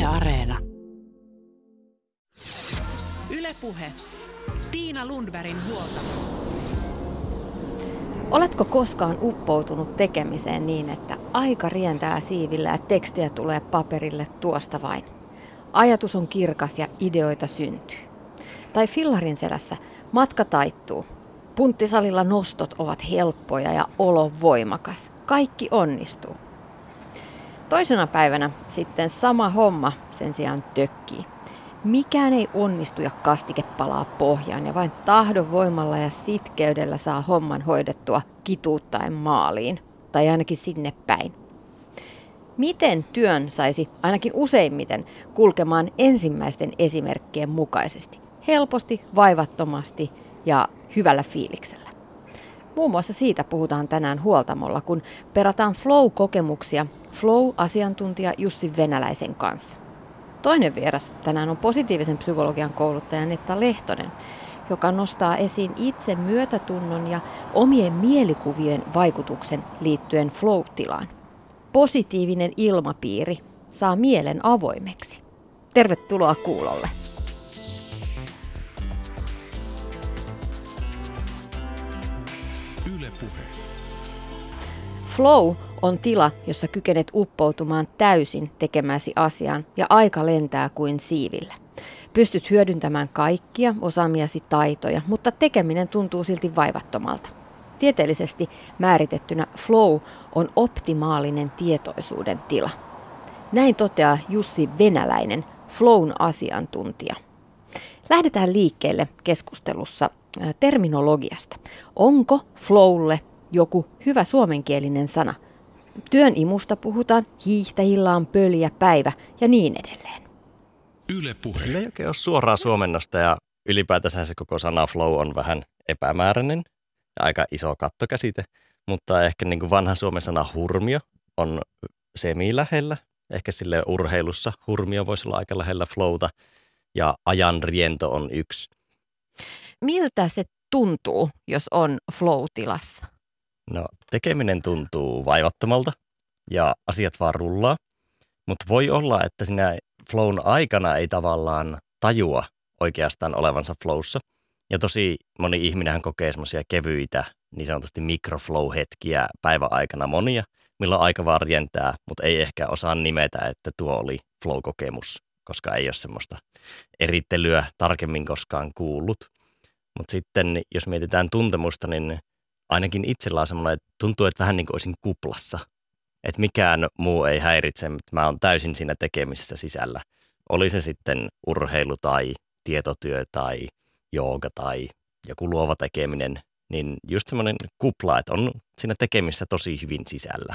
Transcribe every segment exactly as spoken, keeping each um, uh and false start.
Areena. Yle Puhe. Tiina Lundbergin huolta. Oletko koskaan uppoutunut tekemiseen niin, että aika rientää siivillä ja tekstiä tulee paperille tuosta vain? Ajatus on kirkas ja ideoita syntyy. Tai fillarin selässä matka taittuu. Punttisalilla nostot ovat helppoja ja olo voimakas. Kaikki onnistuu. Toisena päivänä sitten sama homma sen sijaan tökkii. Mikään ei onnistu ja kastike palaa pohjaan ja vain tahdon voimalla ja sitkeydellä saa homman hoidettua kituuttaen maaliin. Tai ainakin sinne päin. Miten työn saisi ainakin useimmiten kulkemaan ensimmäisten esimerkkien mukaisesti? Helposti, vaivattomasti ja hyvällä fiiliksellä. Muun muassa siitä puhutaan tänään Huoltamolla, kun perataan flow-kokemuksia flow-asiantuntija Jussi Venäläisen kanssa. Toinen vieras tänään on positiivisen psykologian kouluttaja Netta Lehtonen, joka nostaa esiin itse myötätunnon ja omien mielikuvien vaikutuksen liittyen flow-tilaan. Positiivinen ilmapiiri saa mielen avoimeksi. Tervetuloa kuulolle. Yle Puhe. Flow on tila, jossa kykenet uppoutumaan täysin tekemäsi asiaan ja aika lentää kuin siivillä. Pystyt hyödyntämään kaikkia osaamiasi taitoja, mutta tekeminen tuntuu silti vaivattomalta. Tieteellisesti määritettynä flow on optimaalinen tietoisuuden tila. Näin toteaa Jussi Venäläinen, flown asiantuntija. Lähdetään liikkeelle keskustelussa terminologiasta. Onko flowlle joku hyvä suomenkielinen sana? Työn imusta puhutaan, hiihtäjillä on pöljä päivä ja niin edelleen. Yle Puhe. Sillä ei oikein ole suoraa suomennosta ja ylipäätänsä se koko sana flow on vähän epämääräinen ja aika iso kattokäsite, mutta ehkä niin kuin vanha suomen sana hurmio on semi-lähellä. Ehkä sille urheilussa hurmio voisi olla aika lähellä flowta ja ajan riento on yksi. Miltä se tuntuu, jos on flow-tilassa? No, tekeminen tuntuu vaivattomalta ja asiat vaan rullaa, mutta voi olla, että siinä flown aikana ei tavallaan tajua oikeastaan olevansa flowssa. Ja tosi moni ihminenhän kokee semmoisia kevyitä, niin sanotusti mikroflow-hetkiä päivän aikana monia, milloin aika vaan rientää, mutta ei ehkä osaa nimetä, että tuo oli flow-kokemus, koska ei ole semmoista erittelyä tarkemmin koskaan kuullut. Mutta sitten jos mietitään tuntemusta, niin ainakin itsellä on semmoinen, että tuntuu, että vähän niin kuin olisin kuplassa. Että mikään muu ei häiritse, mutta mä oon täysin siinä tekemisessä sisällä. Oli se sitten urheilu tai tietotyö tai jooga tai joku luova tekeminen, niin just semmoinen kupla, että on siinä tekemisessä tosi hyvin sisällä.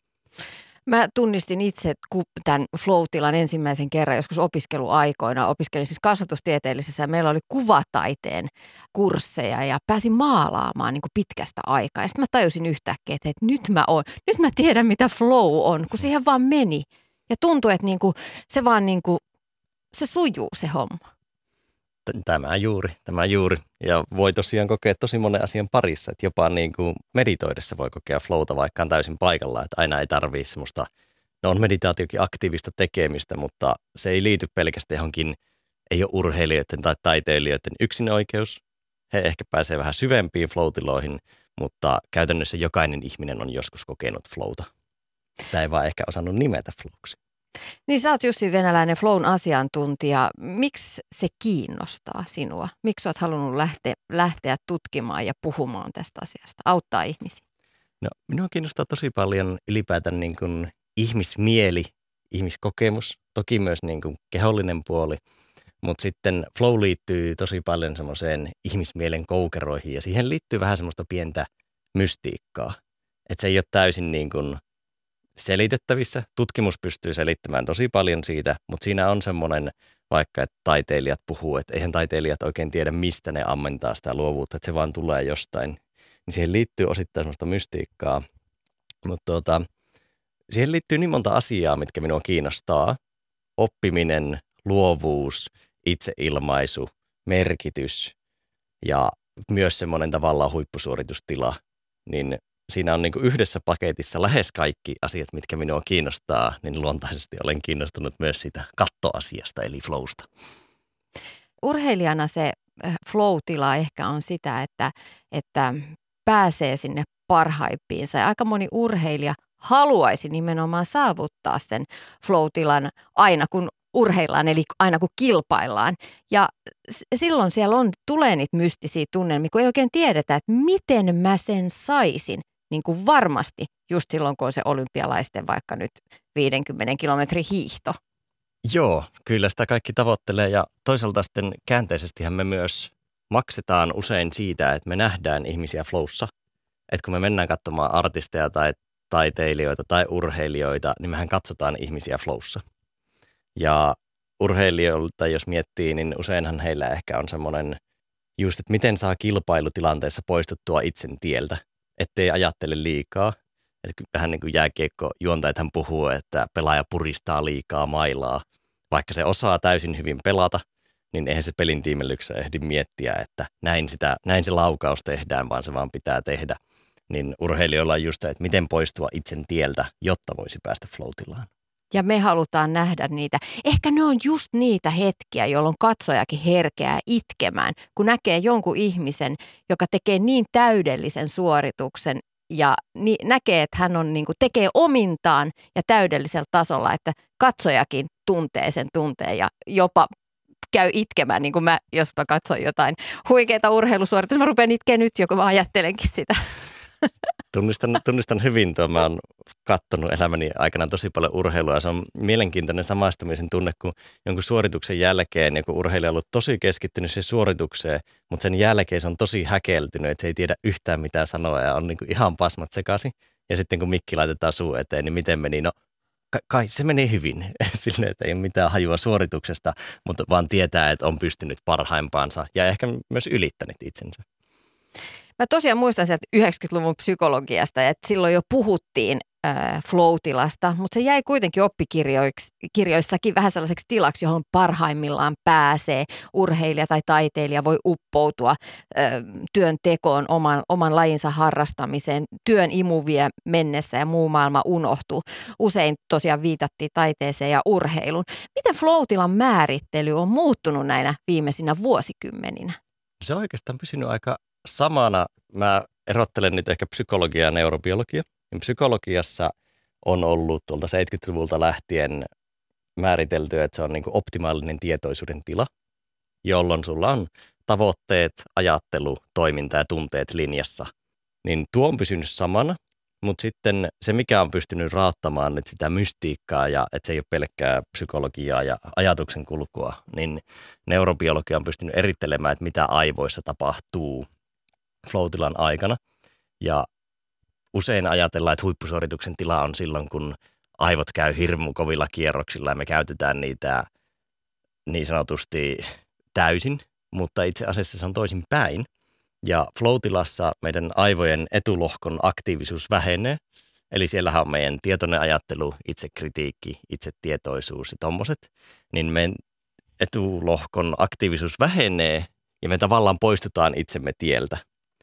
Mä tunnistin itse tämän flow-tilan ensimmäisen kerran joskus opiskeluaikoina. Opiskelin siis kasvatustieteellisessä ja meillä oli kuvataiteen kursseja ja pääsin maalaamaan niin kuin pitkästä aikaa. Ja sitten mä tajusin yhtäkkiä, että nyt mä oon, nyt mä tiedän mitä flow on, kun siihen vaan meni. Ja tuntui, että niin kuin, se vaan niin kuin, se sujuu se homma. Tämä juuri, tämä juuri. Ja voi tosiaan kokea tosi monen asian parissa, että jopa niin kuin meditoidessa voi kokea flowta, vaikka on täysin paikalla, että aina ei tarvitse semmoista, no on meditaatiokin aktiivista tekemistä, mutta se ei liity pelkästään johonkin, ei ole urheilijoiden tai taiteilijoiden yksinoikeus. He ehkä pääsee vähän syvempiin flow-tiloihin, mutta käytännössä jokainen ihminen on joskus kokenut flowta. Sitä ei vaan ehkä osannut nimetä flowksi. Niin sä oot Jussi Venäläinen, flown asiantuntija. Miksi se kiinnostaa sinua? Miksi oot halunnut lähteä, lähteä tutkimaan ja puhumaan tästä asiasta, auttaa ihmisiä? No, minua kiinnostaa tosi paljon ylipäätään niin kuin ihmismieli, ihmiskokemus, toki myös niin kuin kehollinen puoli, mutta sitten flow liittyy tosi paljon semmoiseen ihmismielen koukeroihin ja siihen liittyy vähän semmoista pientä mystiikkaa, että se ei ole täysin niin kuin selitettävissä. Tutkimus pystyy selittämään tosi paljon siitä, mutta siinä on semmoinen, vaikka että taiteilijat puhuu, että eihän taiteilijat oikein tiedä, mistä ne ammentaa sitä luovuutta, että se vaan tulee jostain. Niin siihen liittyy osittain semmoista mystiikkaa, mutta tuota, siihen liittyy niin monta asiaa, mitkä minua kiinnostaa. Oppiminen, luovuus, itseilmaisu, merkitys ja myös semmoinen tavallaan huippusuoritustila, niin siinä on niin kuin yhdessä paketissa lähes kaikki asiat, mitkä minua kiinnostaa, niin luontaisesti olen kiinnostunut myös siitä kattoasiasta, eli flowsta. Urheilijana se flow-tila ehkä on sitä, että, että pääsee sinne parhaimpiinsa. Ja aika moni urheilija haluaisi nimenomaan saavuttaa sen flow-tilan aina kun urheillaan, eli aina kun kilpaillaan. Ja silloin siellä on, tulee niitä mystisiä tunnelmia, kun ei oikein tiedetä, että miten mä sen saisin niin kuin varmasti just silloin, kun on se olympialaisten vaikka nyt viidenkymmenen kilometrin hiihto. Joo, kyllä sitä kaikki tavoittelee ja toisaalta sitten käänteisestihän me myös maksetaan usein siitä, että me nähdään ihmisiä flowssa. Että kun me mennään katsomaan artisteja tai taiteilijoita tai urheilijoita, niin mehän katsotaan ihmisiä flowssa. Ja urheilijoilta, jos miettii, niin useinhan heillä ehkä on semmoinen just, että miten saa kilpailutilanteessa poistuttua itsen tieltä, ettei ajattele liikaa. Että vähän niin kuin jääkiekkojuontajathan puhuu, että pelaaja puristaa liikaa mailaa. Vaikka se osaa täysin hyvin pelata, niin eihän se pelin tiimellyksessä ehdi miettiä, että näin, sitä, näin se laukaus tehdään, vaan se vaan pitää tehdä. Niin urheilijoilla on just se, että miten poistua itsen tieltä, jotta voisi päästä flow-tilaan. Ja me halutaan nähdä niitä. Ehkä ne on just niitä hetkiä, jolloin katsojakin herkeää itkemään, kun näkee jonkun ihmisen, joka tekee niin täydellisen suorituksen ja ni- näkee, että hän on, niin kuin, tekee omintaan ja täydellisellä tasolla, että katsojakin tuntee sen tunteen ja jopa käy itkemään, niin kuin mä, jos mä katson jotain huikeita urheilusuoritusta, mä rupean itkeä nyt jo, kun mä ajattelenkin sitä. Tunnistan, tunnistan hyvin tuo. Mä oon katsonut elämäni aikana tosi paljon urheilua ja se on mielenkiintoinen samaistumisen tunne, kun jonkun suorituksen jälkeen joku urheilija on ollut tosi keskittynyt siihen suoritukseen, mutta sen jälkeen se on tosi häkeltynyt, että se ei tiedä yhtään mitään sanoa ja on niin kuin ihan pasmat sekaisin. Ja sitten kun mikki laitetaan suu eteen, niin miten meni? No kai se menee hyvin, silleen, että ei ole mitään hajua suorituksesta, mutta vaan tietää, että on pystynyt parhaimpaansa ja ehkä myös ylittänyt itsensä. Mä tosiaan muistan sieltä yhdeksänkymmentäluvun psykologiasta, että silloin jo puhuttiin äh, flow-tilasta, mutta se jäi kuitenkin oppikirjoissakin vähän sellaiseksi tilaksi, johon parhaimmillaan pääsee. Urheilija tai taiteilija voi uppoutua äh, työn tekoon, oman, oman lajinsa harrastamiseen, työn imuvie mennessä ja muu maailma unohtuu. Usein tosiaan viitattiin taiteeseen ja urheiluun. Miten flow-tilan määrittely on muuttunut näinä viimeisinä vuosikymmeninä? Se on oikeastaan pysynyt aika samana. Mä erottelen nyt ehkä psykologia ja neurobiologia. Psykologiassa on ollut tuolta seitsemänkymmentäluvulta lähtien määritelty, että se on niin kuin optimaalinen tietoisuuden tila, jolloin sulla on tavoitteet, ajattelu, toiminta ja tunteet linjassa. Niin tuo on pysynyt samana, mutta sitten se, mikä on pystynyt rauttamaan nyt sitä mystiikkaa ja että se ei ole pelkkää psykologiaa ja ajatuksen kulkua, niin neurobiologia on pystynyt erittelemään, että mitä aivoissa tapahtuu flow-tilan aikana. Ja usein ajatellaan, että huippusuorituksen tila on silloin, kun aivot käy hirmu kovilla kierroksilla ja me käytetään niitä niin sanotusti täysin, mutta itse asiassa se on toisin päin. Ja flow-tilassa meidän aivojen etulohkon aktiivisuus vähenee, eli siellähän on meidän tietoinen ajattelu, itsekritiikki, itsetietoisuus ja tommoset, niin meidän etulohkon aktiivisuus vähenee ja me tavallaan poistutaan itsemme tieltä.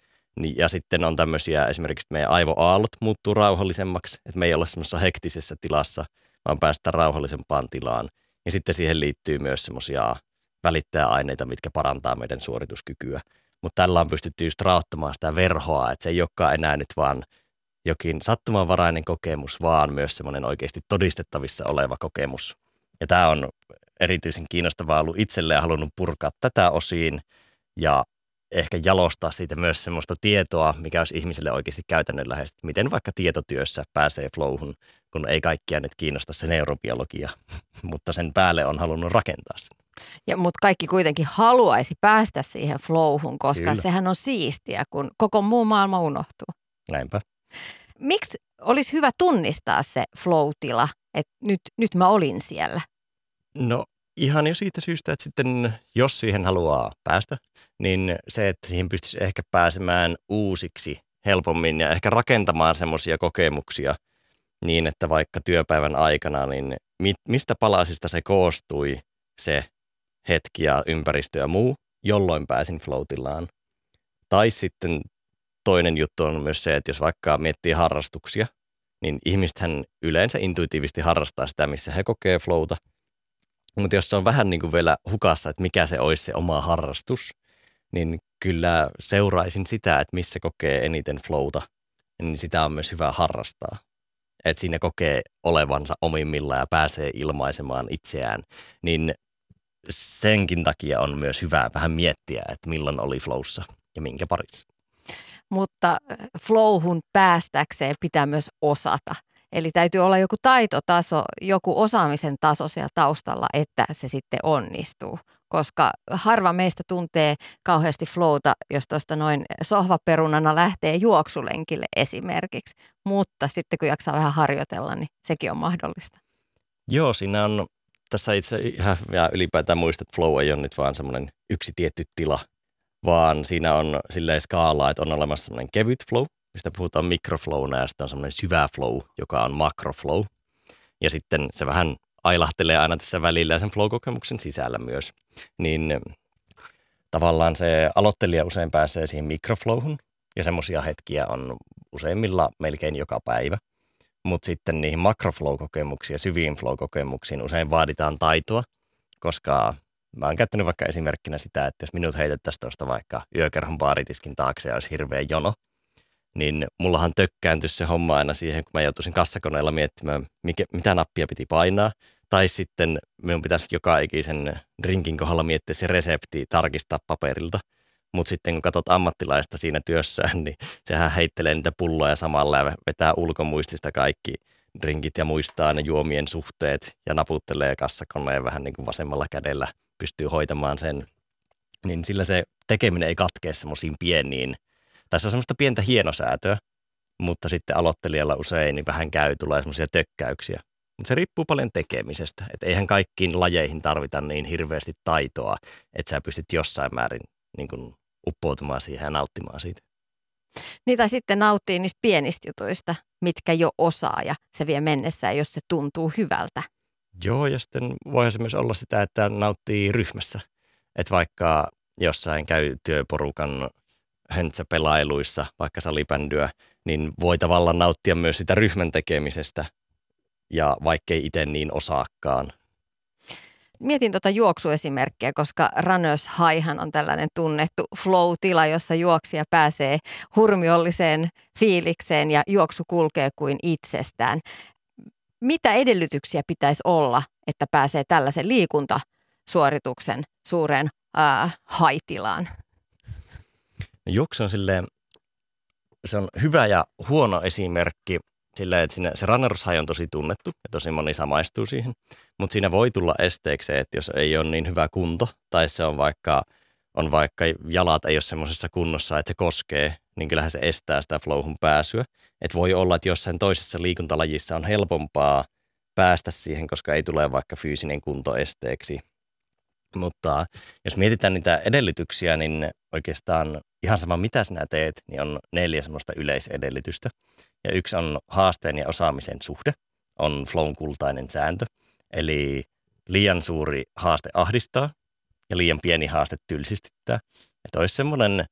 Ja sitten on tämmöisiä, esimerkiksi meidän aivoaallot muuttuu rauhallisemmaksi, että me ei olla semmoisessa hektisessä tilassa, vaan päästään rauhallisempaan tilaan. Ja sitten siihen liittyy myös semmoisia välittäjäaineita, mitkä parantaa meidän suorituskykyä. Mutta tällä on pystytty just rauhoittamaan sitä verhoa, että se ei olekaan enää nyt vaan jokin sattumanvarainen kokemus, vaan myös semmoinen oikeasti todistettavissa oleva kokemus. Ja tämä on erityisen kiinnostavaa ollut itselle ja halunnut purkaa tätä osiin ja ehkä jalostaa siitä myös semmoista tietoa, mikä olisi ihmiselle oikeasti käytännönläheistä. Miten vaikka tietotyössä pääsee flowhun, kun ei kaikkia nyt kiinnosta se neurobiologia, mutta sen päälle on halunnut rakentaa sen. Ja, mutta kaikki kuitenkin haluaisi päästä siihen flowhun, koska Kyllä. sehän on siistiä, kun koko muu maailma unohtuu. Näinpä. Miksi olisi hyvä tunnistaa se flow-tila, että nyt, nyt mä olin siellä? No ihan jo siitä syystä, että sitten jos siihen haluaa päästä, niin se, että siihen pystyisi ehkä pääsemään uusiksi helpommin ja ehkä rakentamaan semmoisia kokemuksia niin, että vaikka työpäivän aikana, niin mistä palasista se koostui se hetki ja ympäristö ja muu, jolloin pääsin flow-tilaan. Tai sitten toinen juttu on myös se, että jos vaikka miettii harrastuksia, niin ihmisethän yleensä intuitiivisesti harrastaa sitä, missä he kokee flowta. Mutta jos se on vähän niin kuin vielä hukassa, että mikä se olisi se oma harrastus, niin kyllä seuraisin sitä, että missä kokee eniten flowta, niin sitä on myös hyvä harrastaa. Että siinä kokee olevansa omimmillaan ja pääsee ilmaisemaan itseään, niin senkin takia on myös hyvä vähän miettiä, että milloin oli flowssa ja minkä parissa. Mutta flowhun päästäkseen pitää myös osata. Eli täytyy olla joku taitotaso, joku osaamisen taso siellä taustalla, että se sitten onnistuu. Koska harva meistä tuntee kauheasti flowta, jos tuosta noin sohvaperunana lähtee juoksulenkille esimerkiksi. Mutta sitten kun jaksaa vähän harjoitella, niin sekin on mahdollista. Joo, siinä on tässä itse ihan ylipäätään muista, että flow ei ole nyt vaan semmoinen yksi tietty tila, vaan siinä on silleen skaalaa, että on olemassa semmoinen kevyt flow, mistä puhutaan mikroflowna, ja sitten on semmoinen syvä flow, joka on makroflow. Ja sitten se vähän ailahtelee aina tässä välillä ja sen flow-kokemuksen sisällä myös. Niin tavallaan se aloittelija usein pääsee siihen mikroflowhun, ja semmoisia hetkiä on useimmilla melkein joka päivä. Mutta sitten niihin makroflow-kokemuksiin ja syviin flow-kokemuksiin usein vaaditaan taitoa, koska mä oon käyttänyt vaikka esimerkkinä sitä, että jos minut heitettäisiin tuosta vaikka yökerhon baaritiskin taakse ja olisi hirveä jono, niin mullahan tökkääntyisi se homma aina siihen, kun mä joutuisin kassakoneella miettimään, mikä, mitä nappia piti painaa. Tai sitten minun pitäisi joka ikisen drinkin kohdalla miettiä se resepti, tarkistaa paperilta. Mutta sitten kun katsot ammattilaista siinä työssään, niin sehän heittelee niitä pulloja samalla ja vetää ulkomuistista kaikki drinkit ja muistaa ne juomien suhteet ja naputtelee kassakoneen vähän niin kuin vasemmalla kädellä pystyy hoitamaan sen. Niin sillä se tekeminen ei katkea semmoisiin pieniin. Tai se on semmoista pientä hienosäätöä, mutta sitten aloittelijalla usein niin vähän käy, tulee semmoisia tökkäyksiä. Mutta se riippuu paljon tekemisestä. Että eihän kaikkiin lajeihin tarvita niin hirveästi taitoa, että sä pystyt jossain määrin niin kuin uppoutumaan siihen ja nauttimaan siitä. Niin tai sitten nauttii niistä pienistä jutuista, mitkä jo osaa ja se vie mennessään, jos se tuntuu hyvältä. Joo, ja sitten voihan se myös olla sitä, että nauttii ryhmässä. Että vaikka jossain käy työporukan höntsäpelailuissa, vaikka salibändyä, niin voi tavallaan nauttia myös sitä ryhmän tekemisestä, ja vaikkei itse niin osaakaan. Mietin tuota juoksuesimerkkiä, koska runners highhan on tällainen tunnettu flow-tila, jossa juoksija pääsee hurmiolliseen fiilikseen ja juoksu kulkee kuin itsestään. Mitä edellytyksiä pitäisi olla, että pääsee tällaisen liikuntasuorituksen suureen äh, high-tilaan? Juoksu on silleen, se on hyvä ja huono esimerkki silleen, että siinä, se runners high on tosi tunnettu ja tosi moni samaistuu siihen, mutta siinä voi tulla esteeksi se, että jos ei ole niin hyvä kunto tai se on vaikka, on vaikka jalat ei ole semmoisessa kunnossa, että se koskee, niin kyllähän se estää sitä flowhun pääsyä. Että voi olla, että jossain toisessa liikuntalajissa on helpompaa päästä siihen, koska ei tule vaikka fyysinen kunto esteeksi. Mutta jos mietitään niitä edellytyksiä, niin oikeastaan ihan sama mitä sinä teet, niin on neljä semmoista yleisedellytystä. Ja yksi on haasteen ja osaamisen suhde, on flown kultainen sääntö. Eli liian suuri haaste ahdistaa ja liian pieni haaste tylsistyttää. Että olisi semmoinen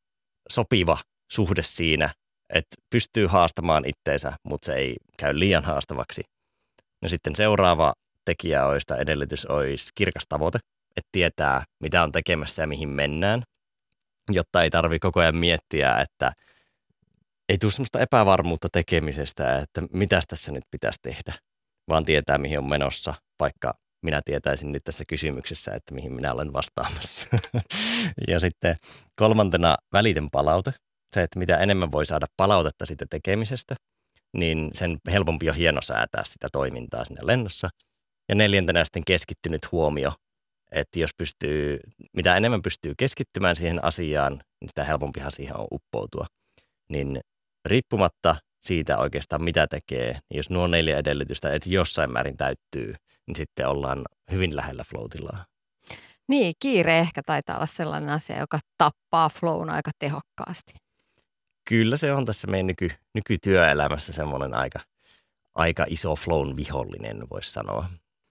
sopiva suhde siinä, että pystyy haastamaan itteensä, mutta se ei käy liian haastavaksi. No sitten seuraava tekijä olisi, tai edellytys olisi kirkas tavoite, että tietää, mitä on tekemässä ja mihin mennään, jotta ei tarvitse koko ajan miettiä, että ei tule semmoista epävarmuutta tekemisestä, että mitäs tässä nyt pitäisi tehdä, vaan tietää, mihin on menossa, vaikka minä tietäisin nyt tässä kysymyksessä, että mihin minä olen vastaamassa. Ja sitten kolmantena välitön palaute, se, että mitä enemmän voi saada palautetta siitä tekemisestä, niin sen helpompi on hienosäätää sitä toimintaa siinä lennossa. Ja neljäntenä sitten keskittynyt huomio, että jos pystyy, mitä enemmän pystyy keskittymään siihen asiaan, niin sitä helpompihan siihen on uppoutua. Niin riippumatta siitä oikeastaan mitä tekee, niin jos nuo neljä edellytystä että jossain määrin täyttyy, niin sitten ollaan hyvin lähellä flow-tilaa. Niin, kiire ehkä taitaa olla sellainen asia, joka tappaa flown aika tehokkaasti. Kyllä se on tässä meidän nyky, nykytyöelämässä semmoinen aika, aika iso flown vihollinen, voisi sanoa.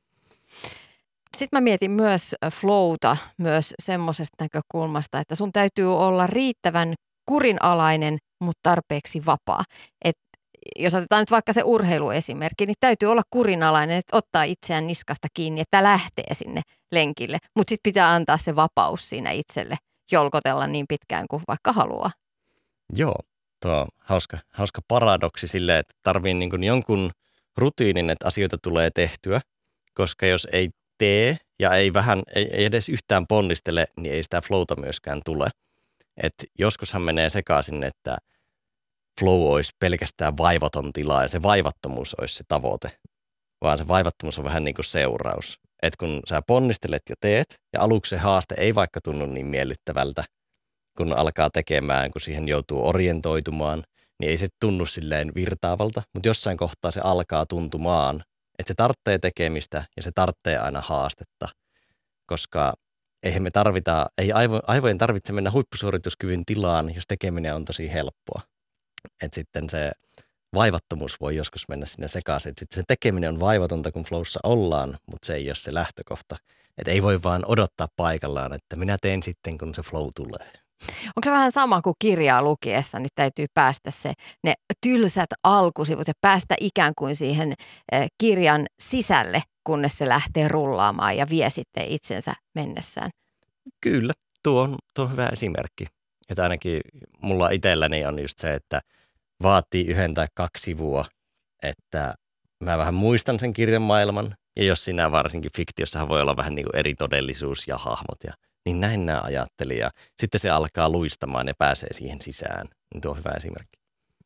Sitten mä mietin myös flowta myös semmoisesta näkökulmasta, että sun täytyy olla riittävän kurinalainen mutta tarpeeksi vapaa. Et jos otetaan nyt vaikka se urheiluesimerkki, niin täytyy olla kurinalainen, että ottaa itseään niskasta kiinni, että lähtee sinne lenkille. Mutta sitten pitää antaa se vapaus siinä itselle jolkotella niin pitkään kuin vaikka haluaa. Joo, tuo on hauska, hauska paradoksi silleen, että tarvii niin kuin jonkun rutiinin, että asioita tulee tehtyä, koska jos ei tee ja ei vähän, ei, ei edes yhtään ponnistele, niin ei sitä flowta myöskään tule. Et joskushan menee sekaisin, että flow olisi pelkästään vaivaton tila ja se vaivattomuus olisi se tavoite, vaan se vaivattomuus on vähän niin kuin seuraus. Että kun sä ponnistelet ja teet ja aluksi se haaste ei vaikka tunnu niin miellyttävältä, kun alkaa tekemään, kun siihen joutuu orientoitumaan, niin ei se tunnu silleen virtaavalta, mutta jossain kohtaa se alkaa tuntumaan, että se tarvitsee tekemistä ja se tarvitsee aina haastetta, koska eihän me tarvita, ei aivo, aivojen tarvitse mennä huippusuorituskyvyn tilaan, jos tekeminen on tosi helppoa. Että sitten se vaivattomuus voi joskus mennä sinne sekaisin. Että sitten se tekeminen on vaivatonta, kun flowssa ollaan, mutta se ei ole se lähtökohta. Että ei voi vaan odottaa paikallaan, että minä teen sitten, kun se flow tulee. Onko se vähän sama kuin kirjaa lukiessa, niin täytyy päästä se, ne tylsät alkusivut ja päästä ikään kuin siihen eh, kirjan sisälle, kunnes se lähtee rullaamaan ja vie sitten itsensä mennessään? Kyllä, tuo on, tuo on hyvä esimerkki. Että ainakin mulla itselläni on just se, että vaatii yhden tai kaksi sivua, että mä vähän muistan sen kirjan maailman. Ja jos siinä varsinkin fiktiossahan voi olla vähän niin kuin eri todellisuus ja hahmot. Ja, niin näin nämä ajatteli. Ja sitten se alkaa luistamaan ja pääsee siihen sisään. Niin tuo on hyvä esimerkki.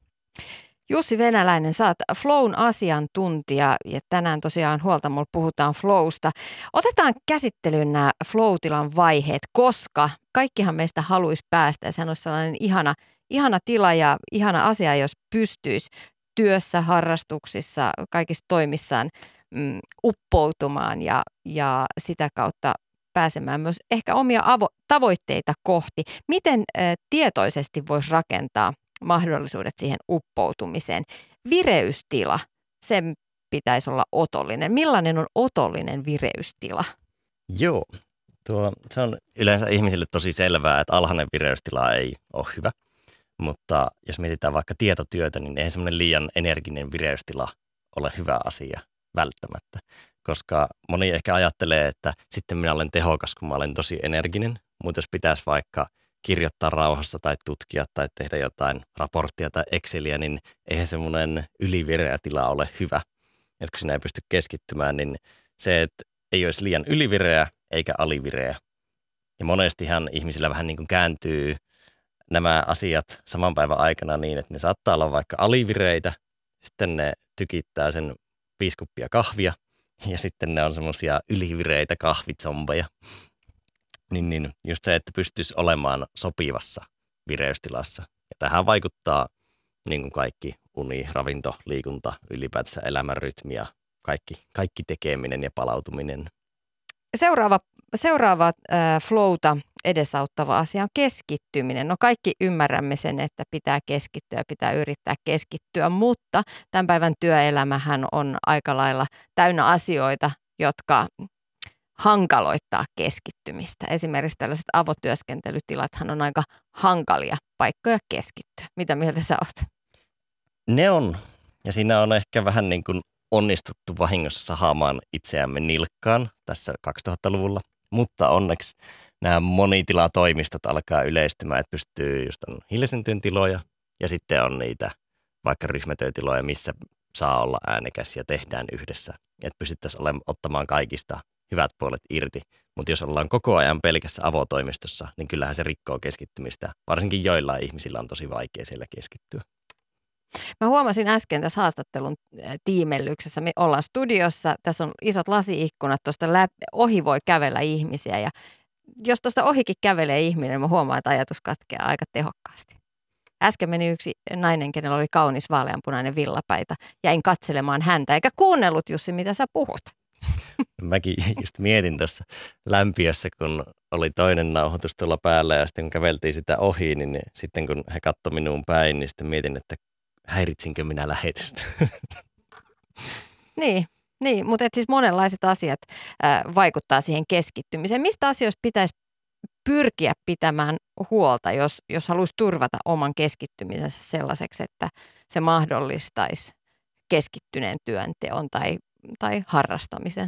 Jussi Venäläinen, sä oot flown asiantuntija ja tänään tosiaan Huoltamolla puhutaan flowsta. Otetaan käsittelyyn nämä flow-tilan vaiheet, koska kaikkihan meistä haluaisi päästä ja sehän olisi sellainen ihana, ihana tila ja ihana asia, jos pystyisi työssä, harrastuksissa, kaikissa toimissaan mm, uppoutumaan ja, ja sitä kautta pääsemään myös ehkä omia avo- tavoitteita kohti. Miten ä, tietoisesti voisi rakentaa mahdollisuudet siihen uppoutumiseen? Vireystila, sen pitäisi olla otollinen. Millainen on otollinen vireystila? Joo, tuo, se on yleensä ihmisille tosi selvää, että alhainen vireystila ei ole hyvä. Mutta jos mietitään vaikka tietotyötä, niin eihän semmoinen liian energinen vireystila ole hyvä asia välttämättä. Koska moni ehkä ajattelee, että sitten minä olen tehokas, kun mä olen tosi energinen. Mutta jos pitäisi vaikka kirjoittaa rauhassa tai tutkia tai tehdä jotain raporttia tai Exceliä, niin eihän semmoinen ylivireä tila ole hyvä. Että kun sinä ei pysty keskittymään, niin se, että ei olisi liian ylivireä eikä alivireä. Ja monestihan ihmisillä vähän niin kuin kääntyy nämä asiat saman päivän aikana niin, että ne saattaa olla vaikka alivireitä, sitten ne tykittää sen viisi kuppia kahvia ja sitten ne on semmoisia ylivireitä kahvitsombeja. Niin, niin just se, että pystyisi olemaan sopivassa vireystilassa. Ja tähän vaikuttaa niin kuin kaikki uni, ravinto, liikunta, ylipäätänsä elämänrytmi ja kaikki, kaikki tekeminen ja palautuminen. Seuraava, seuraava äh, flowta edesauttava asia on keskittyminen. No kaikki ymmärrämme sen, että pitää keskittyä ja pitää yrittää keskittyä, mutta tämän päivän työelämähän on aika lailla täynnä asioita, jotka hankaloittaa keskittymistä. Esimerkiksi tällaiset avotyöskentelytilathan on aika hankalia paikkoja keskittyä. Mitä mieltä sä oot? Ne on. Ja siinä on ehkä vähän niin kuin onnistuttu vahingossa sahaamaan itseämme nilkkaan tässä kaksituhattaluvulla. Mutta onneksi nämä monitilatoimistot alkaa yleistymään, että pystyy just on hiljaisen työn tiloja ja sitten on niitä vaikka ryhmätyötiloja, missä saa olla äänekäs ja tehdään yhdessä. Että pystyttäisiin ole, ottamaan kaikista hyvät puolet irti. Mutta jos ollaan koko ajan pelkässä avotoimistossa, niin kyllähän se rikkoo keskittymistä. Varsinkin joillain ihmisillä on tosi vaikea siellä keskittyä. Mä huomasin äsken tässä haastattelun tiimellyksessä, me ollaan studiossa, tässä on isot lasi-ikkunat, tuosta ohi voi kävellä ihmisiä ja jos tuosta ohikin kävelee ihminen, niin mä huomaan, että ajatus katkeaa aika tehokkaasti. Äsken meni yksi nainen, kenellä oli kaunis vaaleanpunainen villapaita, jäin katselemaan häntä, eikä kuunnellut Jussi, mitä sä puhut. Mäkin just mietin tuossa lämpiössä, kun oli toinen nauhoitus tuolla päällä ja sitten kun käveltiin sitä ohi, niin sitten kun he katsoi minuun päin, niin sitten mietin, että häiritsinkö minä lähetystä. Niin, niin mutta siis monenlaiset asiat äh, vaikuttaa siihen keskittymiseen. Mistä asioista pitäisi pyrkiä pitämään huolta, jos, jos haluaisi turvata oman keskittymisensä sellaiseksi, että se mahdollistaisi keskittyneen työnteon tai, tai harrastamisen?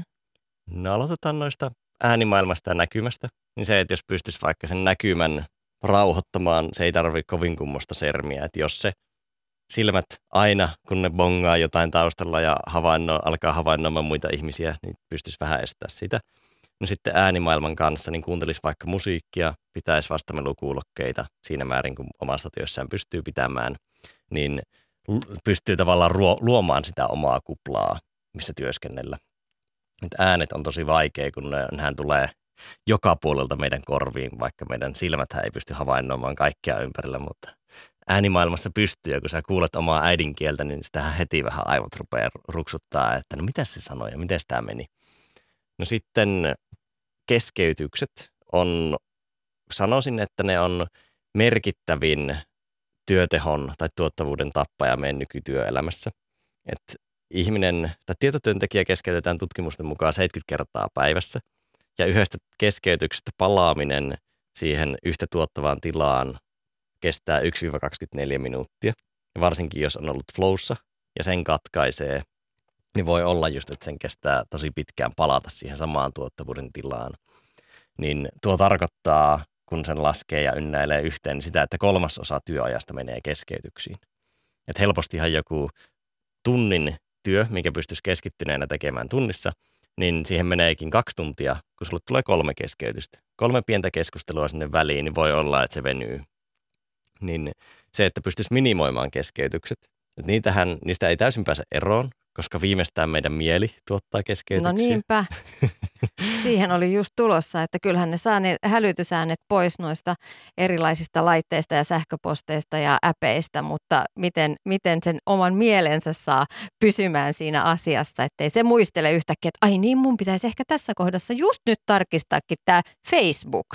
No aloitetaan noista äänimaailmasta ja näkymästä. Niin se, että jos pystyisi vaikka sen näkymän rauhoittamaan, se ei tarvitse kovin kummosta sermiä. Että jos se silmät aina, kun ne bongaa jotain taustalla ja havainno, alkaa havainnoimaan muita ihmisiä, niin pystyisi vähän estää sitä. No sitten äänimaailman kanssa, niin kuuntelisi vaikka musiikkia, pitäisi vastamelukuulokkeita siinä määrin, kun omassa työssään pystyy pitämään, niin pystyy tavallaan luomaan sitä omaa kuplaa, missä työskennellä. Et äänet on tosi vaikea, kun ne, nehän tulee joka puolelta meidän korviin, vaikka meidän silmäthän ei pysty havainnoimaan kaikkea ympärillä, mutta äänimaailmassa pystyy, ja kun sä kuulet omaa äidinkieltä, niin sitähän heti vähän aivot rupeaa ruksuttaa, että no mitä se sanoi ja miten tämä meni. No sitten keskeytykset on, sanoisin, että ne on merkittävin työtehon tai tuottavuuden tappaja meidän nykytyöelämässä. Että ihminen tai tietotyöntekijä keskeytetään tutkimusten mukaan seitsemänkymmentä kertaa päivässä, ja yhdestä keskeytyksestä palaaminen siihen yhtä tuottavaan tilaan kestää yksi kaksikymmentäneljä minuuttia. Ja varsinkin jos on ollut flowssa ja sen katkaisee, niin voi olla just, että sen kestää tosi pitkään palata siihen samaan tuottavuuden tilaan. Niin tuo tarkoittaa, kun sen laskee ja ynnäilee yhteen, niin sitä, että kolmasosa työajasta menee keskeytyksiin. Että helpostihan joku tunnin työ, mikä pystyisi keskittyneenä tekemään tunnissa, niin siihen meneekin kaksi tuntia, kun sulle tulee kolme keskeytystä. Kolme pientä keskustelua sinne väliin, niin voi olla, että se venyy. Niin se, että pystyisi minimoimaan keskeytykset, että niitähän, niistä ei täysin pääse eroon, koska viimeistään meidän mieli tuottaa keskeytyksiä. No niinpä. Siihen oli just tulossa, että kyllähän ne saa ne hälytysäänet pois noista erilaisista laitteista ja sähköposteista ja äpeistä, mutta miten, miten sen oman mielensä saa pysymään siinä asiassa, ettei se muistele yhtäkkiä, että ai niin, mun pitäisi ehkä tässä kohdassa just nyt tarkistaakin tämä Facebook.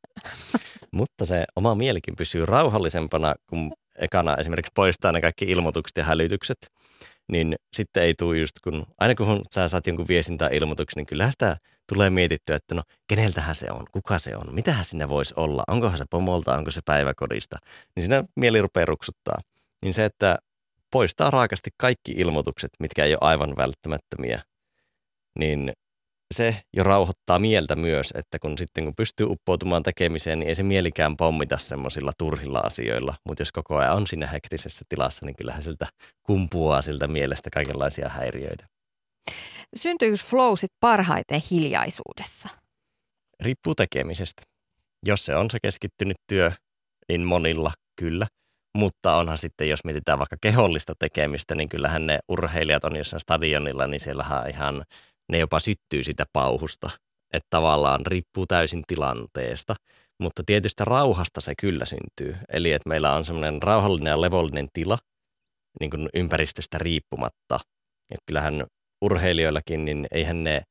Mutta se oma mielikin pysyy rauhallisempana, kun ekana esimerkiksi poistaa ne kaikki ilmoitukset ja hälytykset. Niin sitten ei tule just, kun aina kun sä saat jonkun viestintäilmoituksen, niin kyllähän sitä tulee mietittyä, että no keneltähän se on, kuka se on, mitähän siinä voisi olla, onkohan se pomolta, onko se päiväkodista, niin siinä mieli rupeaa ruksuttaa. Niin se, että poistaa raakasti kaikki ilmoitukset, mitkä ei ole aivan välttämättömiä, niin se jo rauhoittaa mieltä myös, että kun sitten kun pystyy uppoutumaan tekemiseen, niin ei se mielikään pommita semmoisilla turhilla asioilla. Mutta jos koko ajan on siinä hektisessä tilassa, niin kyllähän siltä kumpuaa siltä mielestä kaikenlaisia häiriöitä. Syntyykö flow sit parhaiten hiljaisuudessa? Riippuu tekemisestä. Jos se on se keskittynyt työ, niin monilla kyllä. Mutta onhan sitten, jos mietitään vaikka kehollista tekemistä, niin kyllähän ne urheilijat on jossain stadionilla, niin siellähän ihan ne jopa syttyy sitä pauhusta, että tavallaan riippuu täysin tilanteesta, mutta tietystä rauhasta se kyllä syntyy. Eli että meillä on semmoinen rauhallinen ja levollinen tila niin kuin ympäristöstä riippumatta. Että kyllähän urheilijoillakin, niin eihän ne,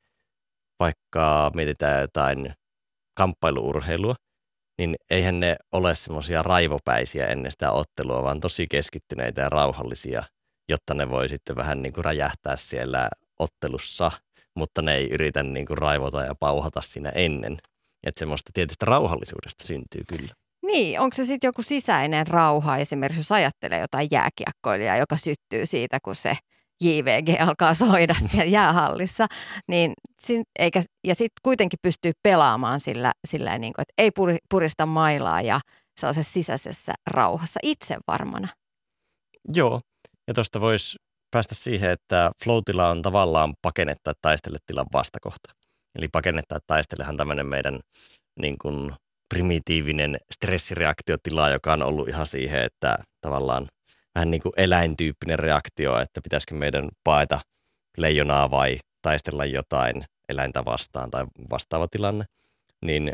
vaikka mietitään jotain kamppailuurheilua, niin eihän ne ole semmoisia raivopäisiä ennen sitä ottelua, vaan tosi keskittyneitä ja rauhallisia, jotta ne voi sitten vähän niin kuin räjähtää siellä ottelussa, mutta ne ei yritä niin kuin raivota ja pauhata siinä ennen. Että semmoista tietystä rauhallisuudesta syntyy kyllä. Niin, onko se sitten joku sisäinen rauha esimerkiksi, jos ajattelee jotain jääkiekkoilijaa, joka syttyy siitä, kun se J V G alkaa soida siellä jäähallissa, niin sin, eikä, ja sitten kuitenkin pystyy pelaamaan sillä, sillä niin kuin, että ei puri, purista mailaa ja saa se sisäisessä rauhassa itse varmana. Joo, ja tuosta voisi päästä siihen, että flow-tila on tavallaan pakene tai taisteletilan vastakohta. Eli pakene tai taistelehan tämmöinen meidän niin kuin primitiivinen stressireaktiotila, joka on ollut ihan siihen, että tavallaan vähän niin kuin eläintyyppinen reaktio, että pitäisikö meidän paeta leijonaa vai taistella jotain eläintä vastaan tai vastaava tilanne. Niin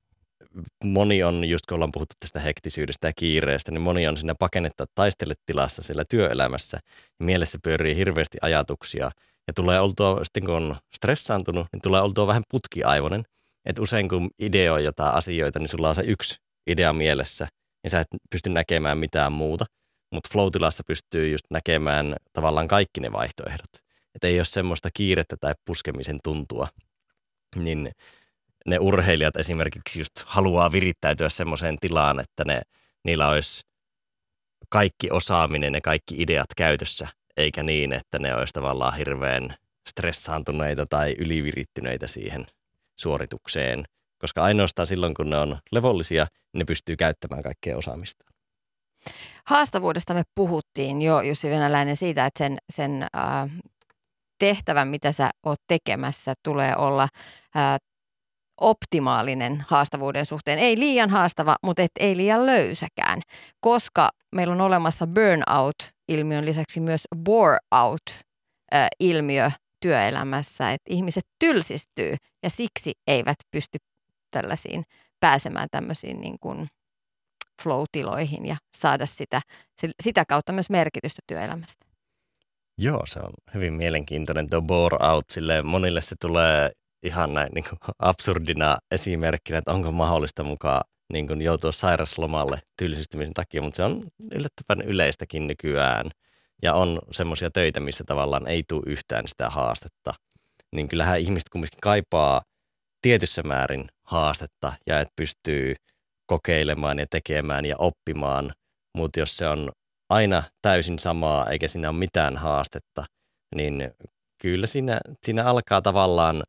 moni on, just kun ollaan puhuttu tästä hektisyydestä ja kiireestä, niin moni on siinä pakennetta taisteletilassa siellä työelämässä. Ja mielessä pyörii hirveästi ajatuksia ja tulee oltua, sitten kun on stressaantunut, niin tulee oltua vähän putkiaivoinen. Että usein kun ideoi jotain asioita, niin sulla on se yksi idea mielessä ja sä et pysty näkemään mitään muuta. Mutta flow-tilassa pystyy just näkemään tavallaan kaikki ne vaihtoehdot. Että ei ole semmoista kiirettä tai puskemisen tuntua. Niin ne urheilijat esimerkiksi just haluaa virittäytyä semmoiseen tilaan, että ne, niillä olisi kaikki osaaminen ja kaikki ideat käytössä, eikä niin, että ne olisi tavallaan hirveän stressaantuneita tai ylivirittyneitä siihen suoritukseen, koska ainoastaan silloin, kun ne on levollisia, ne pystyy käyttämään kaikkea osaamista. Haastavuudesta me puhuttiin jo, Jussi Venäläinen, siitä, että sen, sen äh, tehtävän, mitä sä oot tekemässä, tulee olla äh, optimaalinen haastavuuden suhteen. Ei liian haastava, mutta et ei liian löysäkään, koska meillä on olemassa burnout-ilmiön lisäksi myös bore-out-ilmiö työelämässä, että ihmiset tylsistyy ja siksi eivät pysty tällaisiin pääsemään tämmöisiin niin kuin flow-tiloihin ja saada sitä, sitä kautta myös merkitystä työelämästä. Joo, se on hyvin mielenkiintoinen tuo bore out. Silleen monille se tulee ihan näin niin kuin absurdina esimerkkinä, että onko mahdollista mukaan niin kuin joutua sairaslomalle tylsistymisen takia, mutta se on yllättävän yleistäkin nykyään. Ja on semmoisia töitä, missä tavallaan ei tule yhtään sitä haastetta. Niin kyllähän ihmiset kumminkin kaipaa tietyssä määrin haastetta ja että pystyy kokeilemaan ja tekemään ja oppimaan. Mutta jos se on aina täysin samaa eikä siinä ole mitään haastetta, niin kyllä siinä, siinä alkaa tavallaan,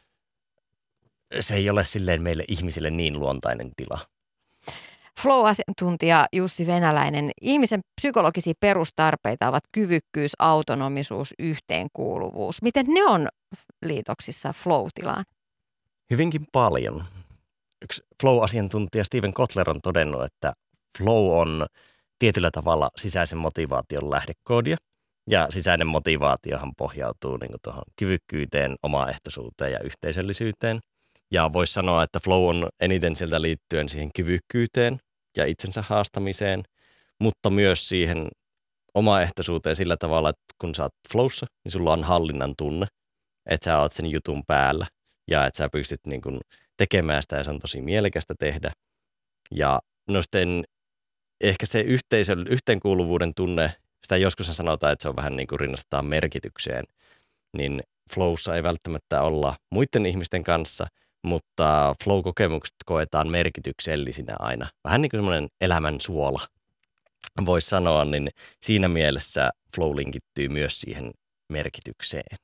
se ei ole silleen meille ihmisille niin luontainen tila. Flow-asiantuntija Jussi Venäläinen, ihmisen psykologisia perustarpeita ovat kyvykkyys, autonomisuus, yhteenkuuluvuus. Miten ne on liitoksissa flow-tilaan? Hyvinkin paljon. Yksi flow-asiantuntija Steven Kotler on todennut, että flow on tietyllä tavalla sisäisen motivaation lähdekoodia. Ja sisäinen motivaatiohan pohjautuu niin kuin tuohon kyvykkyyteen, omaehtoisuuteen ja yhteisöllisyyteen. Ja voisi sanoa, että flow on eniten sieltä liittyen siihen kyvykkyyteen ja itsensä haastamiseen, mutta myös siihen omaehtoisuuteen sillä tavalla, että kun sä oot flowssa, niin sulla on hallinnan tunne, että sä oot sen jutun päällä ja että sä pystyt niin kuin tekemään sitä ja se on tosi mielekästä tehdä. Ja no sitten ehkä se yhteisön, yhteenkuuluvuuden tunne, sitä joskus sanotaan, että se on vähän niin kuin rinnastetaan merkitykseen, niin flowssa ei välttämättä olla muiden ihmisten kanssa, mutta flow-kokemukset koetaan merkityksellisinä aina. Vähän niin kuin semmoinen elämän suola, voisi sanoa, niin siinä mielessä flow linkittyy myös siihen merkitykseen.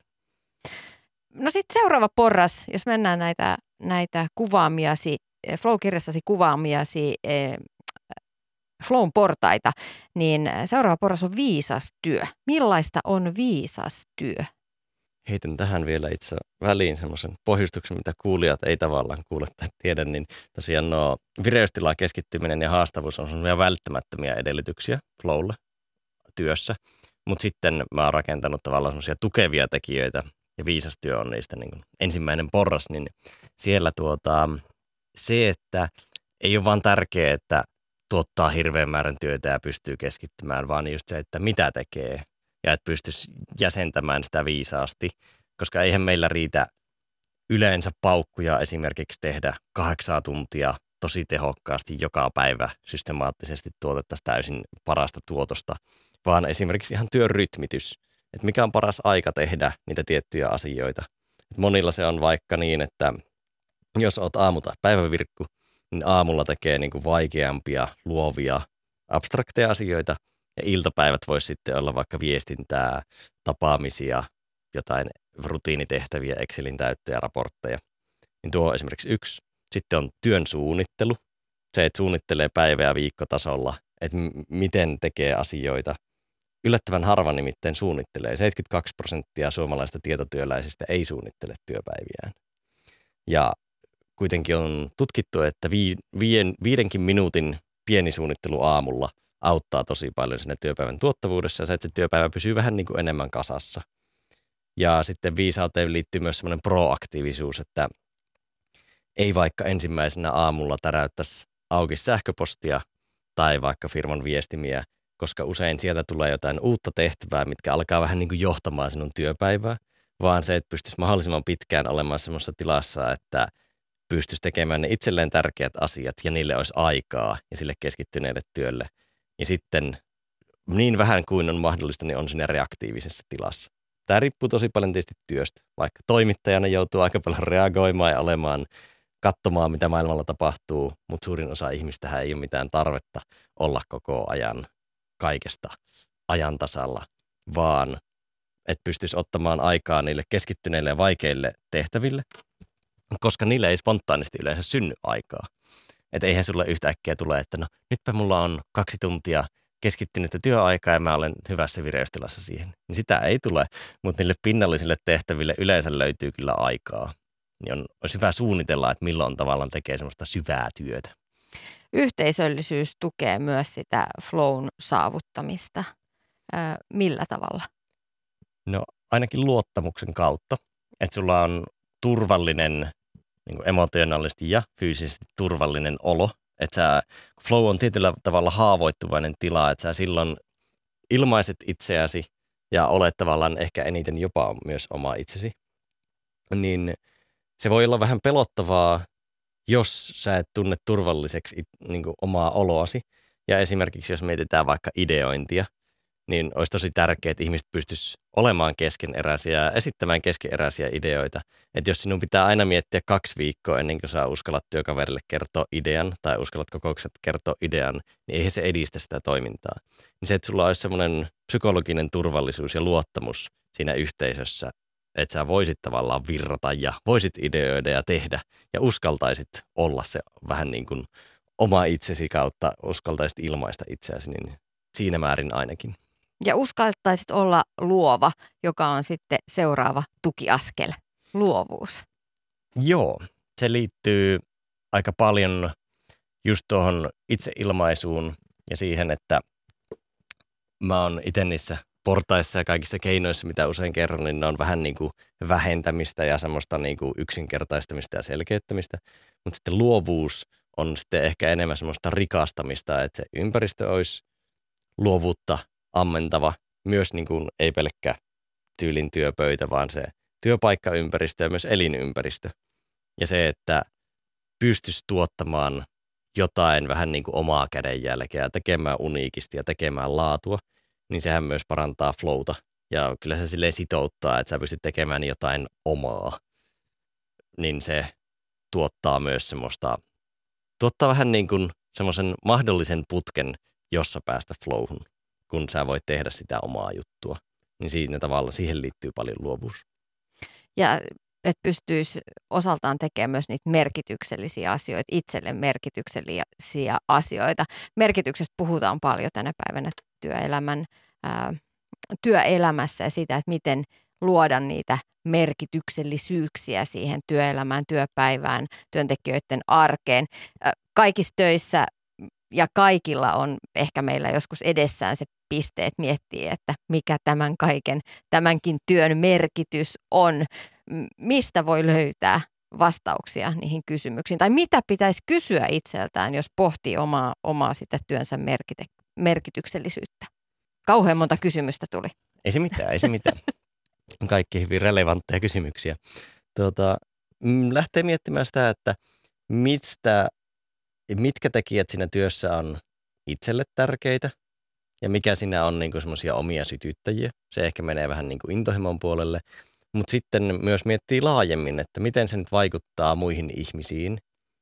No sitten seuraava porras, jos mennään näitä, näitä kuvaamiasi, flow-kirjassasi kuvaamiasi eh, flown portaita, niin seuraava porras on viisas työ. Millaista on viisas työ? Heitän tähän vielä itse väliin semmoisen pohjustuksen, mitä kuulijat ei tavallaan kuule tai tiedä, niin tosiaan nuo vireystilaa keskittyminen ja haastavuus on semmoisia välttämättömiä edellytyksiä flowlle työssä, mutta sitten mä oon rakentanut tavallaan semmoisia tukevia tekijöitä ja viisas työ on niistä niin kuin ensimmäinen porras, niin siellä tuota, se, että ei ole vaan tärkeää, että tuottaa hirveän määrän työtä ja pystyy keskittymään, vaan just se, että mitä tekee ja että pystyisi jäsentämään sitä viisaasti, koska eihän meillä riitä yleensä paukkuja esimerkiksi tehdä kahdeksaa tuntia tosi tehokkaasti joka päivä systemaattisesti tuotettaisiin täysin parasta tuotosta, vaan esimerkiksi ihan työn rytmitys, että mikä on paras aika tehdä niitä tiettyjä asioita. Et monilla se on vaikka niin, että jos olet aamu- tai päivävirkku, niin aamulla tekee niin kuin vaikeampia, luovia, abstrakteja asioita, ja iltapäivät voisi sitten olla vaikka viestintää, tapaamisia, jotain rutiinitehtäviä, Excelin täyttöjä, raportteja. Niin tuo on esimerkiksi yksi. Sitten on työn suunnittelu. Se, että suunnittelee päivä- ja viikkotasolla, että m- miten tekee asioita. Yllättävän harva nimittäin suunnittelee. seitsemänkymmentäkaksi prosenttia suomalaisista tietotyöläisistä ei suunnittele työpäiviään. Ja kuitenkin on tutkittu, että vi- viien, viidenkin minuutin pieni suunnittelu aamulla auttaa tosi paljon siinä työpäivän tuottavuudessa ja se, että se työpäivä pysyy vähän niin kuin enemmän kasassa. Ja sitten viisauteen liittyy myös semmoinen proaktiivisuus, että ei vaikka ensimmäisenä aamulla täräyttäisi auki sähköpostia tai vaikka firman viestimiä, koska usein sieltä tulee jotain uutta tehtävää, mitkä alkaa vähän niin kuin johtamaan sinun työpäivää, vaan se, että pystyisi mahdollisimman pitkään olemaan semmoisessa tilassa, että pystyisi tekemään ne itselleen tärkeät asiat ja niille olisi aikaa ja sille keskittyneelle työlle. Ja sitten niin vähän kuin on mahdollista, niin on siinä reaktiivisessa tilassa. Tämä riippuu tosi paljon tietysti työstä. Vaikka toimittajana joutuu aika paljon reagoimaan ja olemaan katsomaan, mitä maailmalla tapahtuu, mutta suurin osa ihmistähän ei ole mitään tarvetta olla koko ajan kaikesta ajan tasalla, vaan että pystyisi ottamaan aikaa niille keskittyneille ja vaikeille tehtäville, koska niille ei spontaanisti yleensä synny aikaa. Että eihän sulle yhtäkkiä tule, että no nytpä mulla on kaksi tuntia keskittynyttä työaikaa ja mä olen hyvässä vireystilassa siihen. Niin sitä ei tule, mutta niille pinnallisille tehtäville yleensä löytyy kyllä aikaa. Niin on, olisi hyvä suunnitella, että milloin tavallaan tekee semmoista syvää työtä. Yhteisöllisyys tukee myös sitä flown saavuttamista. Öö, millä tavalla? No ainakin luottamuksen kautta, että sulla on turvallinen, niin kuin emotionaalisesti ja fyysisesti turvallinen olo. Että sä, flow on tietyllä tavalla haavoittuvainen tila, että sä silloin ilmaiset itseäsi ja olet tavallaan ehkä eniten jopa myös oma itsesi. Niin se voi olla vähän pelottavaa, jos sä et tunne turvalliseksi niin kuin omaa oloasi. Ja esimerkiksi jos mietitään vaikka ideointia, niin olisi tosi tärkeää, että ihmiset pystyisivät olemaan keskeneräisiä ja esittämään keskeneräisiä ideoita. Että jos sinun pitää aina miettiä kaksi viikkoa ennen kuin sä uskallat työkaverille kertoa idean tai uskallat kokoukset kertoa idean, niin eihän se edistä sitä toimintaa. Niin se, että sulla olisi semmoinen psykologinen turvallisuus ja luottamus siinä yhteisössä, että sä voisit tavallaan virrata ja voisit ideoida ja tehdä ja uskaltaisit olla se vähän niin kuin oma itsesi kautta, uskaltaisit ilmaista itseäsi, niin siinä määrin ainakin. Ja uskaltaisit olla luova, joka on sitten seuraava tukiaskel, luovuus. Joo, se liittyy aika paljon just tuohon itseilmaisuun ja siihen, että mä oon itse niissä portaissa ja kaikissa keinoissa, mitä usein kerron, niin ne on vähän niin kuin vähentämistä ja semmoista niin kuin yksinkertaistamista ja selkeyttämistä. Mutta sitten luovuus on sitten ehkä enemmän semmoista rikastamista, että se ympäristö olisi luovuutta ammentava, myös niin kuin ei pelkkä tyylin työpöytä, vaan se työpaikkaympäristö ja myös elinympäristö. Ja se, että pystyisi tuottamaan jotain vähän niin kuin omaa kädenjälkeä ja tekemään uniikisti ja tekemään laatua, niin sehän myös parantaa flowta. Ja kyllä se silleen sitouttaa, että sä pystyt tekemään jotain omaa. Niin se tuottaa myös semmoista, tuottaa vähän niin kuin semmoisen mahdollisen putken, jossa päästä flowhun, kun sä voit tehdä sitä omaa juttua. Niin siinä tavalla siihen liittyy paljon luovuus. Ja että pystyisi osaltaan tekemään myös niitä merkityksellisiä asioita, itselle merkityksellisiä asioita. Merkityksestä puhutaan paljon tänä päivänä työelämän, ää, työelämässä ja siitä, että miten luoda niitä merkityksellisyyksiä siihen työelämään, työpäivään, työntekijöiden arkeen. Ää, kaikissa töissä ja kaikilla on ehkä meillä joskus edessään se piste, että miettii, että mikä tämän kaiken, tämänkin työn merkitys on. Mistä voi löytää vastauksia niihin kysymyksiin? Tai mitä pitäisi kysyä itseltään, jos pohtii omaa, omaa sitä työnsä merkite- merkityksellisyyttä? Kauhean monta kysymystä tuli. Ei se mitään, ei se mitään. Kaikki hyvin relevantteja kysymyksiä. Tuota, lähtee miettimään sitä, että mistä, mitkä tekijät siinä työssä on itselle tärkeitä ja mikä siinä on niin kuin semmoisia omia sytyttäjiä. Se ehkä menee vähän niin kuin intohimon puolelle. Mutta sitten myös miettii laajemmin, että miten se nyt vaikuttaa muihin ihmisiin.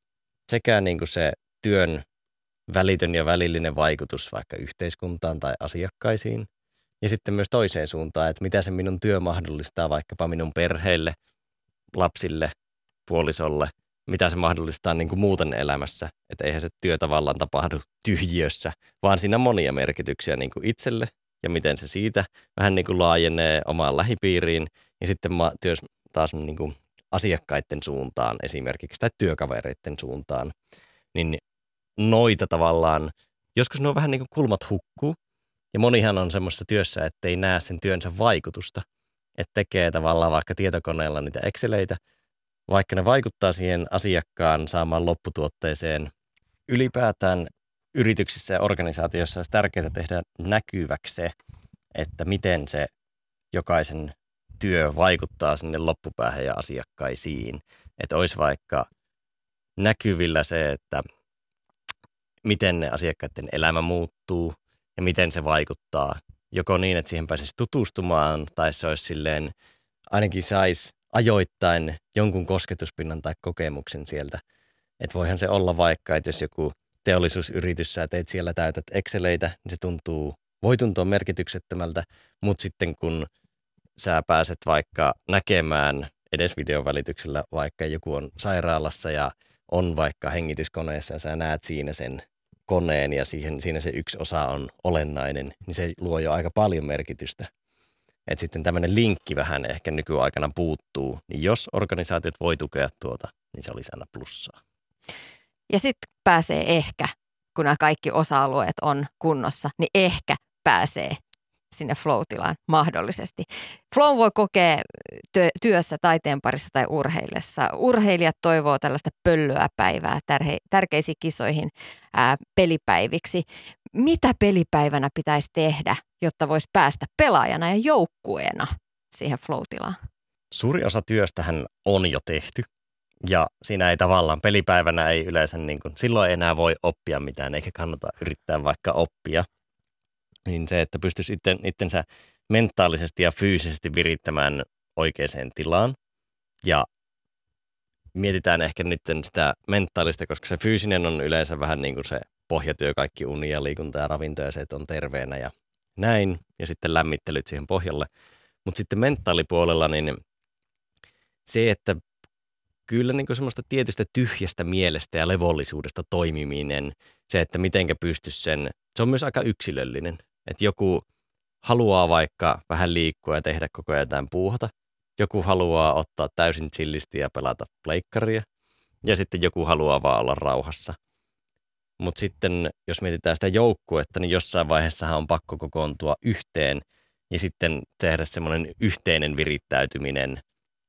Sekä niin kuin se työn välitön ja välillinen vaikutus vaikka yhteiskuntaan tai asiakkaisiin. Ja sitten myös toiseen suuntaan, että mitä se minun työ mahdollistaa vaikkapa minun perheelle, lapsille, puolisolle. Mitä se mahdollistaa niin kuin muuten elämässä. Että eihän se työ tavallaan tapahdu tyhjiössä, vaan siinä on monia merkityksiä niin kuin itselle. Ja miten se siitä vähän niin kuin laajenee omaan lähipiiriin ja sitten työs taas niin kuin asiakkaiden suuntaan esimerkiksi tai työkavereiden suuntaan. Niin noita tavallaan, joskus ne on vähän niin kuin kulmat hukkuu ja monihan on semmoisessa työssä, ettei näe sen työnsä vaikutusta. Että tekee tavallaan vaikka tietokoneella niitä exceleitä, vaikka ne vaikuttaa siihen asiakkaan saamaan lopputuotteeseen. Ylipäätään yrityksissä ja organisaatioissa olisi tärkeää tehdä näkyväksi se, että miten se jokaisen työ vaikuttaa sinne loppupäähän ja asiakkaisiin. Että olisi vaikka näkyvillä se, että miten ne asiakkaiden elämä muuttuu ja miten se vaikuttaa. Joko niin, että siihen pääsisi tutustumaan tai se olisi silleen, ainakin saisi ajoittain jonkun kosketuspinnan tai kokemuksen sieltä. Että voihan se olla vaikka, että jos joku teollisuusyritys sä teet siellä täytät Exceleitä, niin se tuntuu, voi tuntua merkityksettömältä, mutta sitten kun sä pääset vaikka näkemään edes videon välityksellä, vaikka joku on sairaalassa ja on vaikka hengityskoneessa ja sä näet siinä sen koneen ja siihen, siinä se yksi osa on olennainen, niin se luo jo aika paljon merkitystä. Että sitten tämmöinen linkki vähän ehkä nykyaikana puuttuu, niin jos organisaatiot voi tukea tuota, niin se olisi aina plussaa. Ja sitten pääsee ehkä, kun nämä kaikki osa-alueet on kunnossa, niin ehkä pääsee sinne flow-tilaan mahdollisesti. Flow voi kokea työ, työssä, taiteen parissa tai urheillessa. Urheilijat toivoo tällaista pöllöä päivää tärhe, tärkeisiin kisoihin ää, pelipäiviksi. Mitä pelipäivänä pitäisi tehdä, jotta voisi päästä pelaajana ja joukkueena siihen flow-tilaan? Suuri osa työstähän on jo tehty. Ja siinä ei tavallaan pelipäivänä ei yleensä, niin kuin, silloin ei enää voi oppia mitään, eikä kannata yrittää vaikka oppia. Niin se, että pystyisi itten, itsensä mentaalisesti ja fyysisesti virittämään oikeaan tilaan. Ja mietitään ehkä nyt sitä mentaalista, koska se fyysinen on yleensä vähän niin kuin se pohjatyö, kaikki uni ja liikunta ja ravinto ja se, että on terveenä ja näin. Ja sitten lämmittelyt siihen pohjalle. Mutta sitten mentaalipuolella niin se, että kyllä niin kuin semmoista tietystä tyhjästä mielestä ja levollisuudesta toimiminen, se, että mitenkä pystyisi sen, se on myös aika yksilöllinen. Että joku haluaa vaikka vähän liikkua ja tehdä koko ajan jotain puuhata. Joku haluaa ottaa täysin chillisti ja pelata pleikkaria. Ja sitten joku haluaa vaan olla rauhassa. Mutta sitten, jos mietitään sitä joukkuetta, niin jossain vaiheessahan on pakko kokoontua yhteen ja sitten tehdä semmoinen yhteinen virittäytyminen.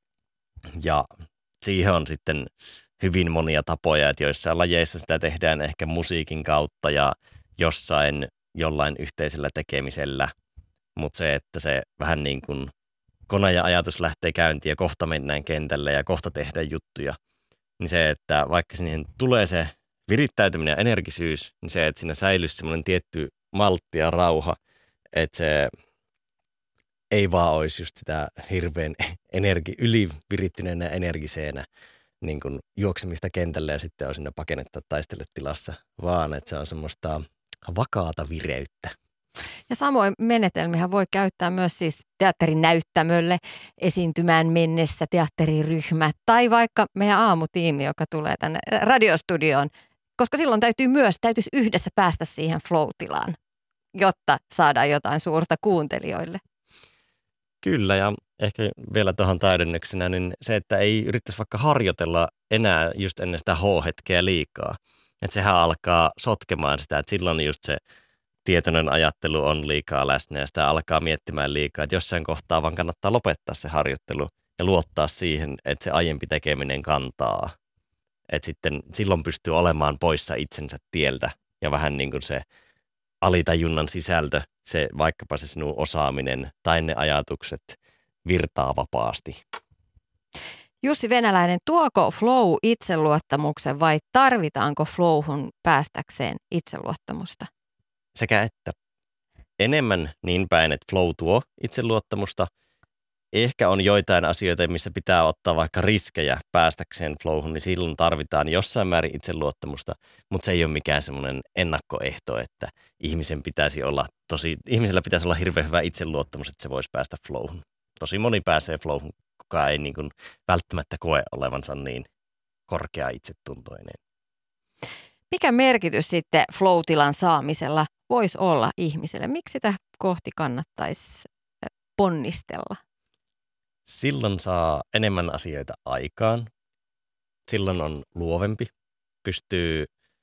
Ja siihen on sitten hyvin monia tapoja, että joissain lajeissa sitä tehdään ehkä musiikin kautta ja jossain jollain yhteisellä tekemisellä. Mutta se, että se vähän niin kuin kone ja ajatus lähtee käyntiin ja kohta mennään kentälle ja kohta tehdään juttuja, niin se, että vaikka siihen tulee se virittäytyminen ja energisyys, niin se, että siinä säilyisi semmoinen tietty maltti ja rauha, että se ei vaan olisi just sitä hirveän energi, ylivirittyneenä ja energiseenä niin kuin juoksemista kentälle ja sitten on sinne pakennetta taisteletilassa, vaan että se on semmoista vakaata vireyttä. Ja samoin menetelmiä voi käyttää myös siis teatterinäyttämölle esiintymään mennessä, teatteriryhmät tai vaikka meidän aamutiimi, joka tulee tänne radiostudioon, koska silloin täytyy myös, täytyisi yhdessä päästä siihen flow-tilaan, jotta saadaan jotain suurta kuuntelijoille. Kyllä, ja ehkä vielä tuohon täydennyksenä, niin se, että ei yrittäisi vaikka harjoitella enää just ennen sitä H-hetkeä liikaa. Että sehän alkaa sotkemaan sitä, että silloin just se tietoinen ajattelu on liikaa läsnä ja sitä alkaa miettimään liikaa, että jossain kohtaa vaan kannattaa lopettaa se harjoittelu ja luottaa siihen, että se aiempi tekeminen kantaa. Että sitten silloin pystyy olemaan poissa itsensä tieltä ja vähän niin kuin se alitajunnan sisältö, se vaikkapa se sinun osaaminen tai ne ajatukset virtaa vapaasti. Jussi Venäläinen, tuoko flow itseluottamuksen vai tarvitaanko flowhun päästäkseen itseluottamusta? Sekä että enemmän niin päin, että flow tuo itseluottamusta. Ehkä on joitain asioita, missä pitää ottaa vaikka riskejä päästäkseen flowhun, niin silloin tarvitaan jossain määrin itseluottamusta, mutta se ei ole mikään semmoinen ennakkoehto, että ihmisen pitäisi olla tosi, ihmisellä pitäisi olla hirveän hyvä itseluottamus, että se voisi päästä flowhun. Tosi moni pääsee flowhun, kuka ei niin kuin välttämättä koe olevansa niin korkea itsetuntoinen. Mikä merkitys sitten flow-tilan saamisella voisi olla ihmiselle? Miksi sitä kohti kannattaisi ponnistella? Silloin saa enemmän asioita aikaan. Silloin on luovempi, pystyy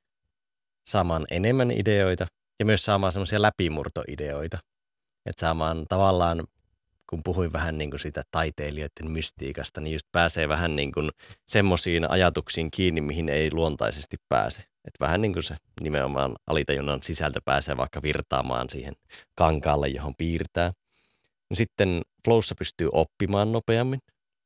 saamaan enemmän ideoita ja myös saamaan semmoisia läpimurtoideoita. Että saamaan tavallaan, kun puhuin vähän niin kuin sitä taiteilijoiden mystiikasta, niin just pääsee vähän niin kuin semmoisiin ajatuksiin kiinni, mihin ei luontaisesti pääse. Että vähän niin kuin se nimenomaan alitajunnan sisältö pääsee vaikka virtaamaan siihen kankaalle, johon piirtää. Sitten flowssa pystyy oppimaan nopeammin.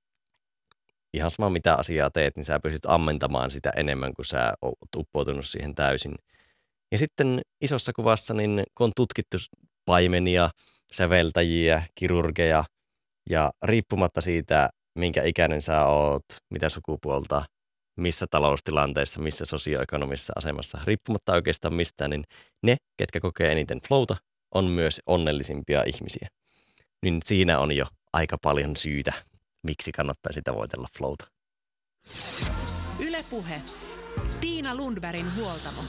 Ihan sama mitä asiaa teet, niin sä pystyt ammentamaan sitä enemmän, kuin sä oot uppoutunut siihen täysin. Ja sitten isossa kuvassa, niin kun on tutkittu paimenia, säveltäjiä, kirurgeja, ja riippumatta siitä, minkä ikäinen sä oot, mitä sukupuolta, missä taloustilanteessa, missä sosioekonomisessa asemassa, riippumatta oikeastaan mistään, niin ne, ketkä kokee eniten flowta, on myös onnellisimpia ihmisiä. Niin siinä on jo aika paljon syytä, miksi kannattaisi tavoitella flowta. Yle Puhe. Tiina Lundbergin huoltamo.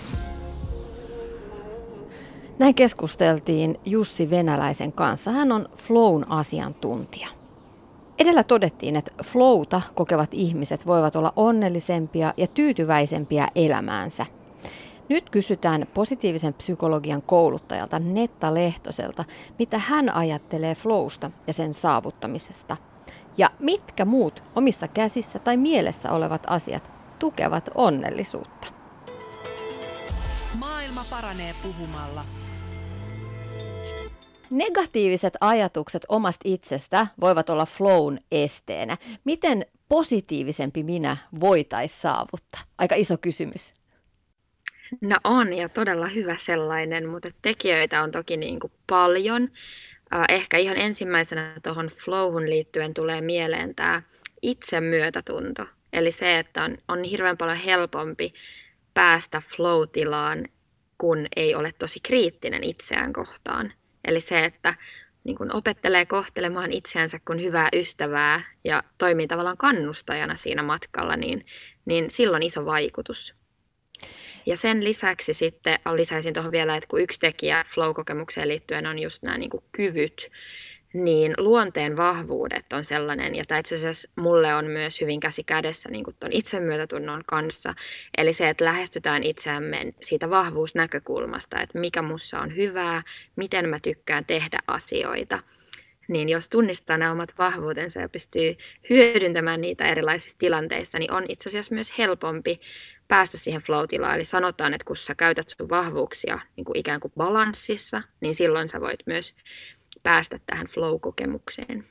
Näin keskusteltiin Jussi Venäläisen kanssa. Hän on flown asiantuntija. Edellä todettiin, että flowta kokevat ihmiset voivat olla onnellisempia ja tyytyväisempiä elämäänsä. Nyt kysytään positiivisen psykologian kouluttajalta Netta Lehtoselta, mitä hän ajattelee flowsta ja sen saavuttamisesta. Ja mitkä muut omissa käsissä tai mielessä olevat asiat tukevat onnellisuutta. Maailma paranee puhumalla. Negatiiviset ajatukset omasta itsestä voivat olla flown esteenä. Miten positiivisempi minä voitaisiin saavuttaa? Aika iso kysymys. No on ja todella hyvä sellainen, mutta tekijöitä on toki niin kuin paljon. Äh, ehkä ihan ensimmäisenä tuohon flowhun liittyen tulee mieleen tämä itsemyötätunto. Eli se, että on, on hirveän paljon helpompi päästä flow-tilaan, kun ei ole tosi kriittinen itseään kohtaan. Eli se, että niin kun opettelee kohtelemaan itseänsä kuin hyvää ystävää ja toimii tavallaan kannustajana siinä matkalla, niin, niin silloin iso vaikutus. Ja sen lisäksi sitten lisäisin tuohon vielä, että kun yksi tekijä flow-kokemukseen liittyen on just nämä niin kuin kyvyt, niin luonteen vahvuudet on sellainen, ja tämä itse asiassa mulle on myös hyvin käsi kädessä niin kuin tuon itsemyötätunnon kanssa. Eli se, että lähestytään itseämme siitä vahvuusnäkökulmasta, että mikä mussa on hyvää, miten mä tykkään tehdä asioita. Niin jos tunnistaa nämä omat vahvuutensa ja pystyy hyödyntämään niitä erilaisissa tilanteissa, niin on itse asiassa myös helpompi päästä siihen flow-tilaan. Eli sanotaan, että kun sä käytät sun vahvuuksia niin kuin ikään kuin balanssissa, niin silloin sä voit myös päästä tähän flow-kokemukseen.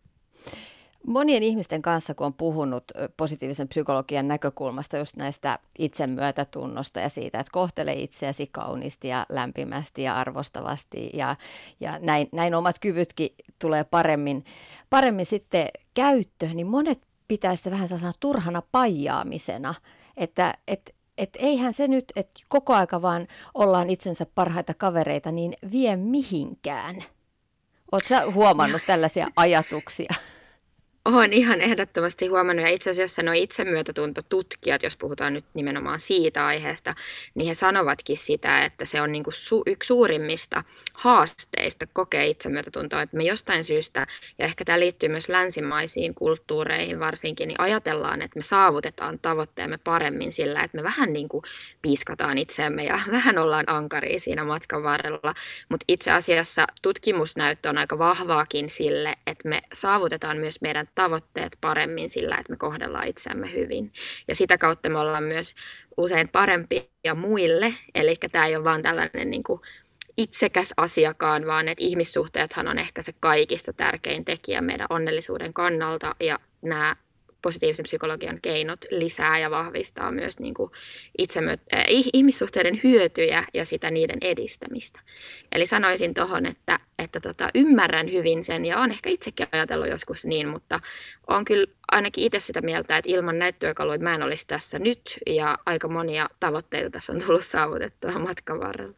Monien ihmisten kanssa, kun on puhunut positiivisen psykologian näkökulmasta just näistä itsemyötätunnosta ja siitä, että kohtele itseäsi kauniisti ja lämpimästi ja arvostavasti ja, ja näin, näin omat kyvytkin tulee paremmin, paremmin sitten käyttöön, niin monet pitää sitä vähän sanoa turhana paijaamisena, että et, et eihän se nyt, että koko aika vaan ollaan itsensä parhaita kavereita, niin vie mihinkään. Oletko sä huomannut tällaisia ajatuksia? Olen ihan ehdottomasti huomannut, ja itse asiassa nuo itsemyötätuntotutkijat, jos puhutaan nyt nimenomaan siitä aiheesta, niin he sanovatkin sitä, että se on niin kuin su- yksi suurimmista haasteista kokea itsemyötätuntoa, että me jostain syystä, ja ehkä tämä liittyy myös länsimaisiin kulttuureihin varsinkin, niin ajatellaan, että me saavutetaan tavoitteemme paremmin sillä, että me vähän niin kuin piiskataan itseämme ja vähän ollaan ankaria siinä matkan varrella, mutta itse asiassa tutkimusnäyttö on aika vahvaakin sille, että me saavutetaan myös meidän tavoitteet paremmin sillä, että me kohdellaan itseämme hyvin. Ja sitä kautta me ollaan myös usein parempia muille, eli tämä ei ole vaan tällainen niin kuin itsekäs asiakaan, vaan että ihmissuhteethan on ehkä se kaikista tärkein tekijä meidän onnellisuuden kannalta, ja nämä positiivisen psykologian keinot lisää ja vahvistaa myös niin kuin itsemyöt- äh, ihmissuhteiden hyötyjä ja sitä niiden edistämistä. Eli sanoisin tuohon, että, että tota, ymmärrän hyvin sen ja olen ehkä itsekin ajatellut joskus niin, mutta olen kyllä ainakin itse sitä mieltä, että ilman näitä työkaluja mä en olisi tässä nyt ja aika monia tavoitteita tässä on tullut saavutettua matkan varrella.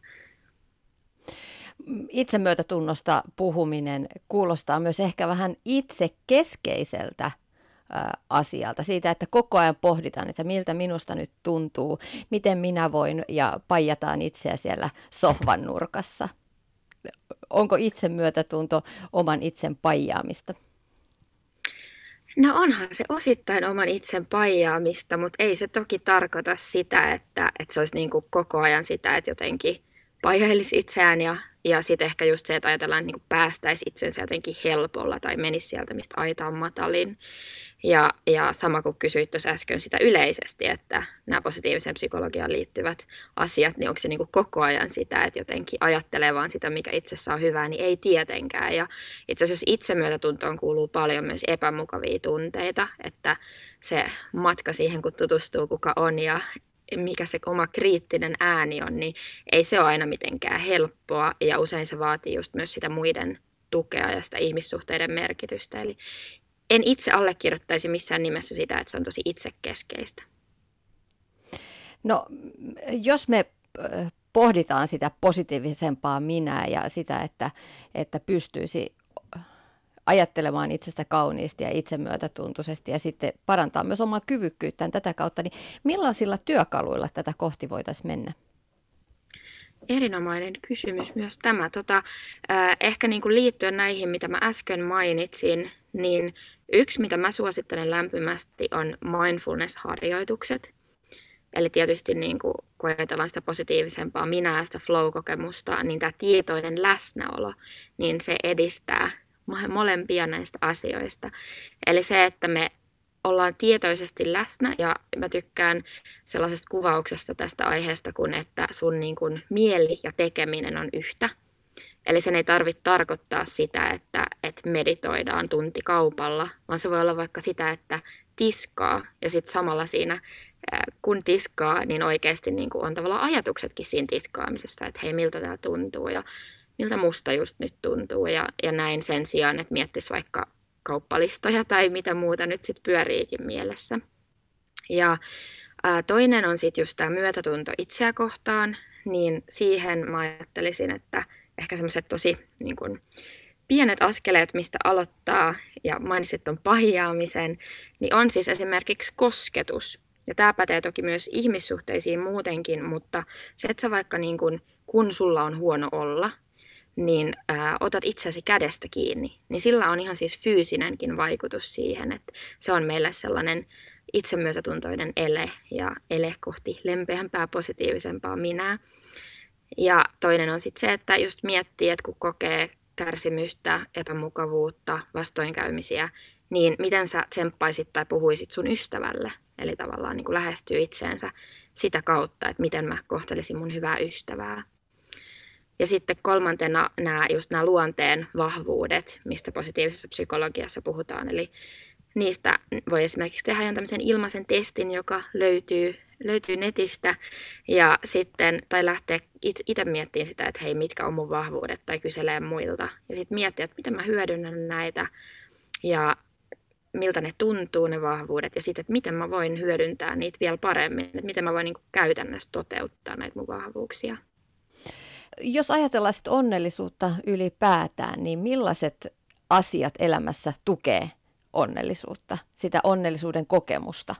Itsemyötätunnosta puhuminen kuulostaa myös ehkä vähän itsekeskeiseltä asialta, siitä, että koko ajan pohditaan, että miltä minusta nyt tuntuu, miten minä voin, ja paijataan itseä siellä sohvan nurkassa. Onko itsemyötätunto oman itsen paijaamista? No onhan se osittain oman itsen paijaamista, mutta ei se toki tarkoita sitä, että, että se olisi niin kuin koko ajan sitä, että jotenkin paijailisi itseään ja, ja sitten ehkä just se, että ajatellaan, että niin kuin päästäisi itsensä jotenkin helpolla tai menisi sieltä, mistä aita on matalin. Ja, ja sama kuin kysyit tuossa äsken sitä yleisesti, että nämä positiiviseen psykologiaan liittyvät asiat, niin onko se niin kuin koko ajan sitä, että jotenkin ajattelee vaan sitä, mikä itsessä on hyvää, niin ei tietenkään. Ja itse asiassa itsemyötätuntoon kuuluu paljon myös epämukavia tunteita, että se matka siihen, kun tutustuu kuka on ja mikä se oma kriittinen ääni on, niin ei se ole aina mitenkään helppoa, ja usein se vaatii just myös sitä muiden tukea ja sitä ihmissuhteiden merkitystä. Eli en itse allekirjoittaisi missään nimessä sitä, että se on tosi itsekeskeistä. No, jos me pohditaan sitä positiivisempaa minää ja sitä, että, että pystyisi ajattelemaan itsestä kauniisti ja itsemyötätuntoisesti ja sitten parantaa myös omaa kyvykkyyttään tätä kautta, niin millaisilla työkaluilla tätä kohti voitaisiin mennä? Erinomainen kysymys myös tämä. Tota, äh, ehkä niin kuin liittyen näihin, mitä mä äsken mainitsin, niin yksi, mitä mä suosittelen lämpimästi, on mindfulness-harjoitukset. Eli tietysti niin kuin, kun ajatellaan sitä positiivisempaa minää, sitä flow-kokemusta, niin tämä tietoinen läsnäolo, niin se edistää molempia näistä asioista. Eli se, että me ollaan tietoisesti läsnä, ja mä tykkään sellaisesta kuvauksesta tästä aiheesta, kun että sun niin kuin mieli ja tekeminen on yhtä. Eli sen ei tarvitse tarkoittaa sitä, että, että meditoidaan tuntikaupalla, vaan se voi olla vaikka sitä, että tiskaa, ja sitten samalla siinä, kun tiskaa, niin oikeasti niin kuin on tavallaan ajatuksetkin siinä tiskaamisessa, että hei, miltä tämä tuntuu, ja miltä musta just nyt tuntuu, ja, ja näin sen sijaan, että miettisi vaikka kauppalistoja tai mitä muuta nyt sitten pyöriikin mielessä. Ja ää, toinen on sitten just tämä myötätunto itseä kohtaan, niin siihen mä ajattelisin, että ehkä semmoiset tosi niin kun, pienet askeleet, mistä aloittaa, ja mainitsit ton pahiaamisen, niin on siis esimerkiksi kosketus. Ja tämä pätee toki myös ihmissuhteisiin muutenkin, mutta se, että sä vaikka niin kun, kun sulla on huono olla, niin ää, otat itsesi kädestä kiinni, niin sillä on ihan siis fyysinenkin vaikutus siihen, että se on meille sellainen itsemyötätuntoinen ele ja ele kohti lempeämpää, positiivisempaa minää. Ja toinen on sitten se, että just miettii, että kun kokee kärsimystä, epämukavuutta, vastoinkäymisiä, niin miten sä tsemppaisit tai puhuisit sun ystävälle, eli tavallaan niin kuin lähestyy itseensä sitä kautta, että miten mä kohtelisin mun hyvää ystävää. Ja sitten kolmantena nämä, just nämä luonteen vahvuudet, mistä positiivisessa psykologiassa puhutaan. Eli niistä voi esimerkiksi tehdä ihan tämmöisen ilmaisen testin, joka löytyy, löytyy netistä. Ja sitten, tai lähteä itse miettimään sitä, että hei, mitkä on mun vahvuudet, tai kyselee muilta. Ja sitten miettiä, että miten mä hyödynnän näitä, ja miltä ne tuntuu, ne vahvuudet. Ja sitten, että miten mä voin hyödyntää niitä vielä paremmin. Että miten mä voin niin kuin käytännössä toteuttaa näitä mun vahvuuksia. Jos ajatellaan sit onnellisuutta ylipäätään, niin millaiset asiat elämässä tukee onnellisuutta, sitä onnellisuuden kokemusta?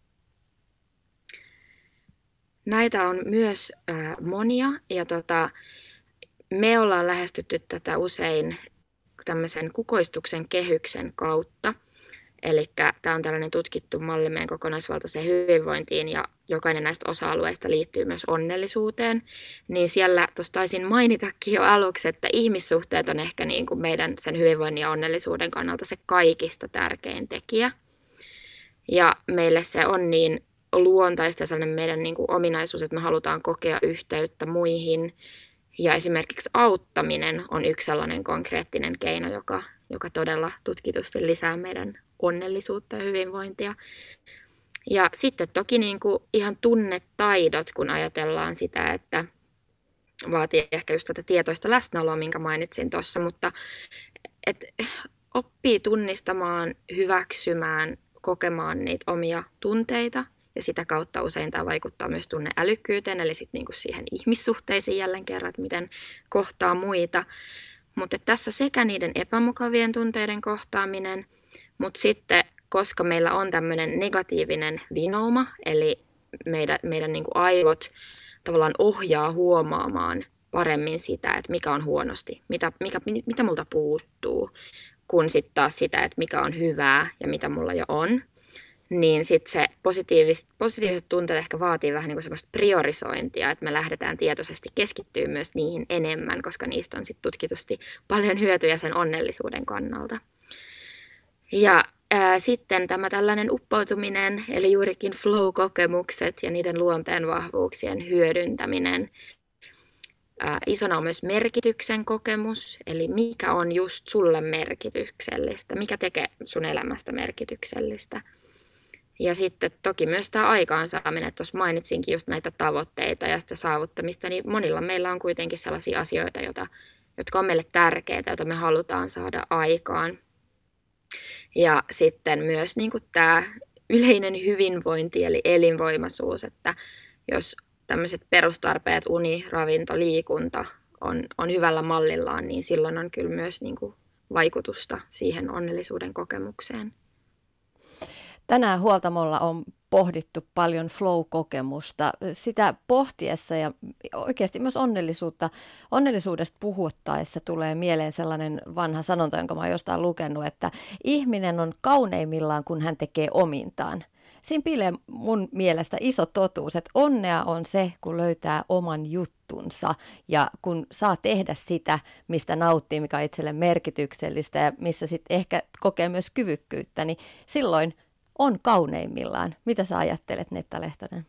Näitä on myös äh, monia, ja tota, me ollaan lähestytty tätä usein tämmöisen kukoistuksen kehyksen kautta. Eli tämä on tällainen tutkittu malli meidän kokonaisvaltaiseen hyvinvointiin, ja jokainen näistä osa-alueista liittyy myös onnellisuuteen. Niin siellä tuossa taisin mainitakin jo aluksi, että ihmissuhteet on ehkä niin kuin meidän sen hyvinvoinnin ja onnellisuuden kannalta se kaikista tärkein tekijä. Ja meille se on niin luontaista sellainen meidän niin kuin ominaisuus, että me halutaan kokea yhteyttä muihin. Ja esimerkiksi auttaminen on yksi sellainen konkreettinen keino, joka, joka todella tutkitusti lisää meidän onnellisuutta ja hyvinvointia. Ja sitten toki niin kuin ihan tunnetaidot, kun ajatellaan sitä, että vaatii ehkä just tätä tietoista läsnäoloa, minkä mainitsin tuossa, mutta et oppii tunnistamaan, hyväksymään, kokemaan niitä omia tunteita, ja sitä kautta usein tämä vaikuttaa myös tunneälykkyyteen, eli sitten niinku siihen ihmissuhteisiin jälleen kerran, että miten kohtaa muita. Mutta tässä sekä niiden epämukavien tunteiden kohtaaminen, mutta sitten koska meillä on tämmöinen negatiivinen vinouma, eli meidän, meidän niinku aivot tavallaan ohjaa huomaamaan paremmin sitä, että mikä on huonosti, mitä, mikä, mitä multa puuttuu, kun sitten taas sitä, että mikä on hyvää ja mitä mulla jo on. Niin sitten se positiiviset, positiiviset tunteet ehkä vaatii vähän niin kuin semmoista priorisointia, että me lähdetään tietoisesti keskittyä myös niihin enemmän, koska niistä on sitten tutkitusti paljon hyötyjä sen onnellisuuden kannalta. Ja ää, sitten tämä tällainen uppoutuminen, eli juurikin flow-kokemukset ja niiden luonteen vahvuuksien hyödyntäminen. Ää, isona on myös merkityksen kokemus, eli mikä on just sulle merkityksellistä, mikä tekee sun elämästä merkityksellistä. Ja sitten toki myös tämä aikaansaaminen, että tuossa mainitsinkin just näitä tavoitteita ja sitä saavuttamista, niin monilla meillä on kuitenkin sellaisia asioita, joita, jotka on meille tärkeitä, joita me halutaan saada aikaan. Ja sitten myös niin kuin tämä yleinen hyvinvointi eli elinvoimaisuus, että jos tämmöiset perustarpeet, uni, ravinto, liikunta on, on hyvällä mallillaan, niin silloin on kyllä myös niin kuin vaikutusta siihen onnellisuuden kokemukseen. Tänään Huoltamolla on pohdittu paljon flow-kokemusta. Sitä pohtiessa ja oikeasti myös onnellisuutta, onnellisuudesta puhuttaessa tulee mieleen sellainen vanha sanonta, jonka mä oon jostain lukenut, että ihminen on kauneimmillaan, kun hän tekee omintaan. Siinä piilee mun mielestä iso totuus, että onnea on se, kun löytää oman juttunsa ja kun saa tehdä sitä, mistä nauttii, mikä on itselle merkityksellistä ja missä sitten ehkä kokee myös kyvykkyyttä, niin silloin on kauneimmillaan. Mitä sä ajattelet, Netta Lehtonen?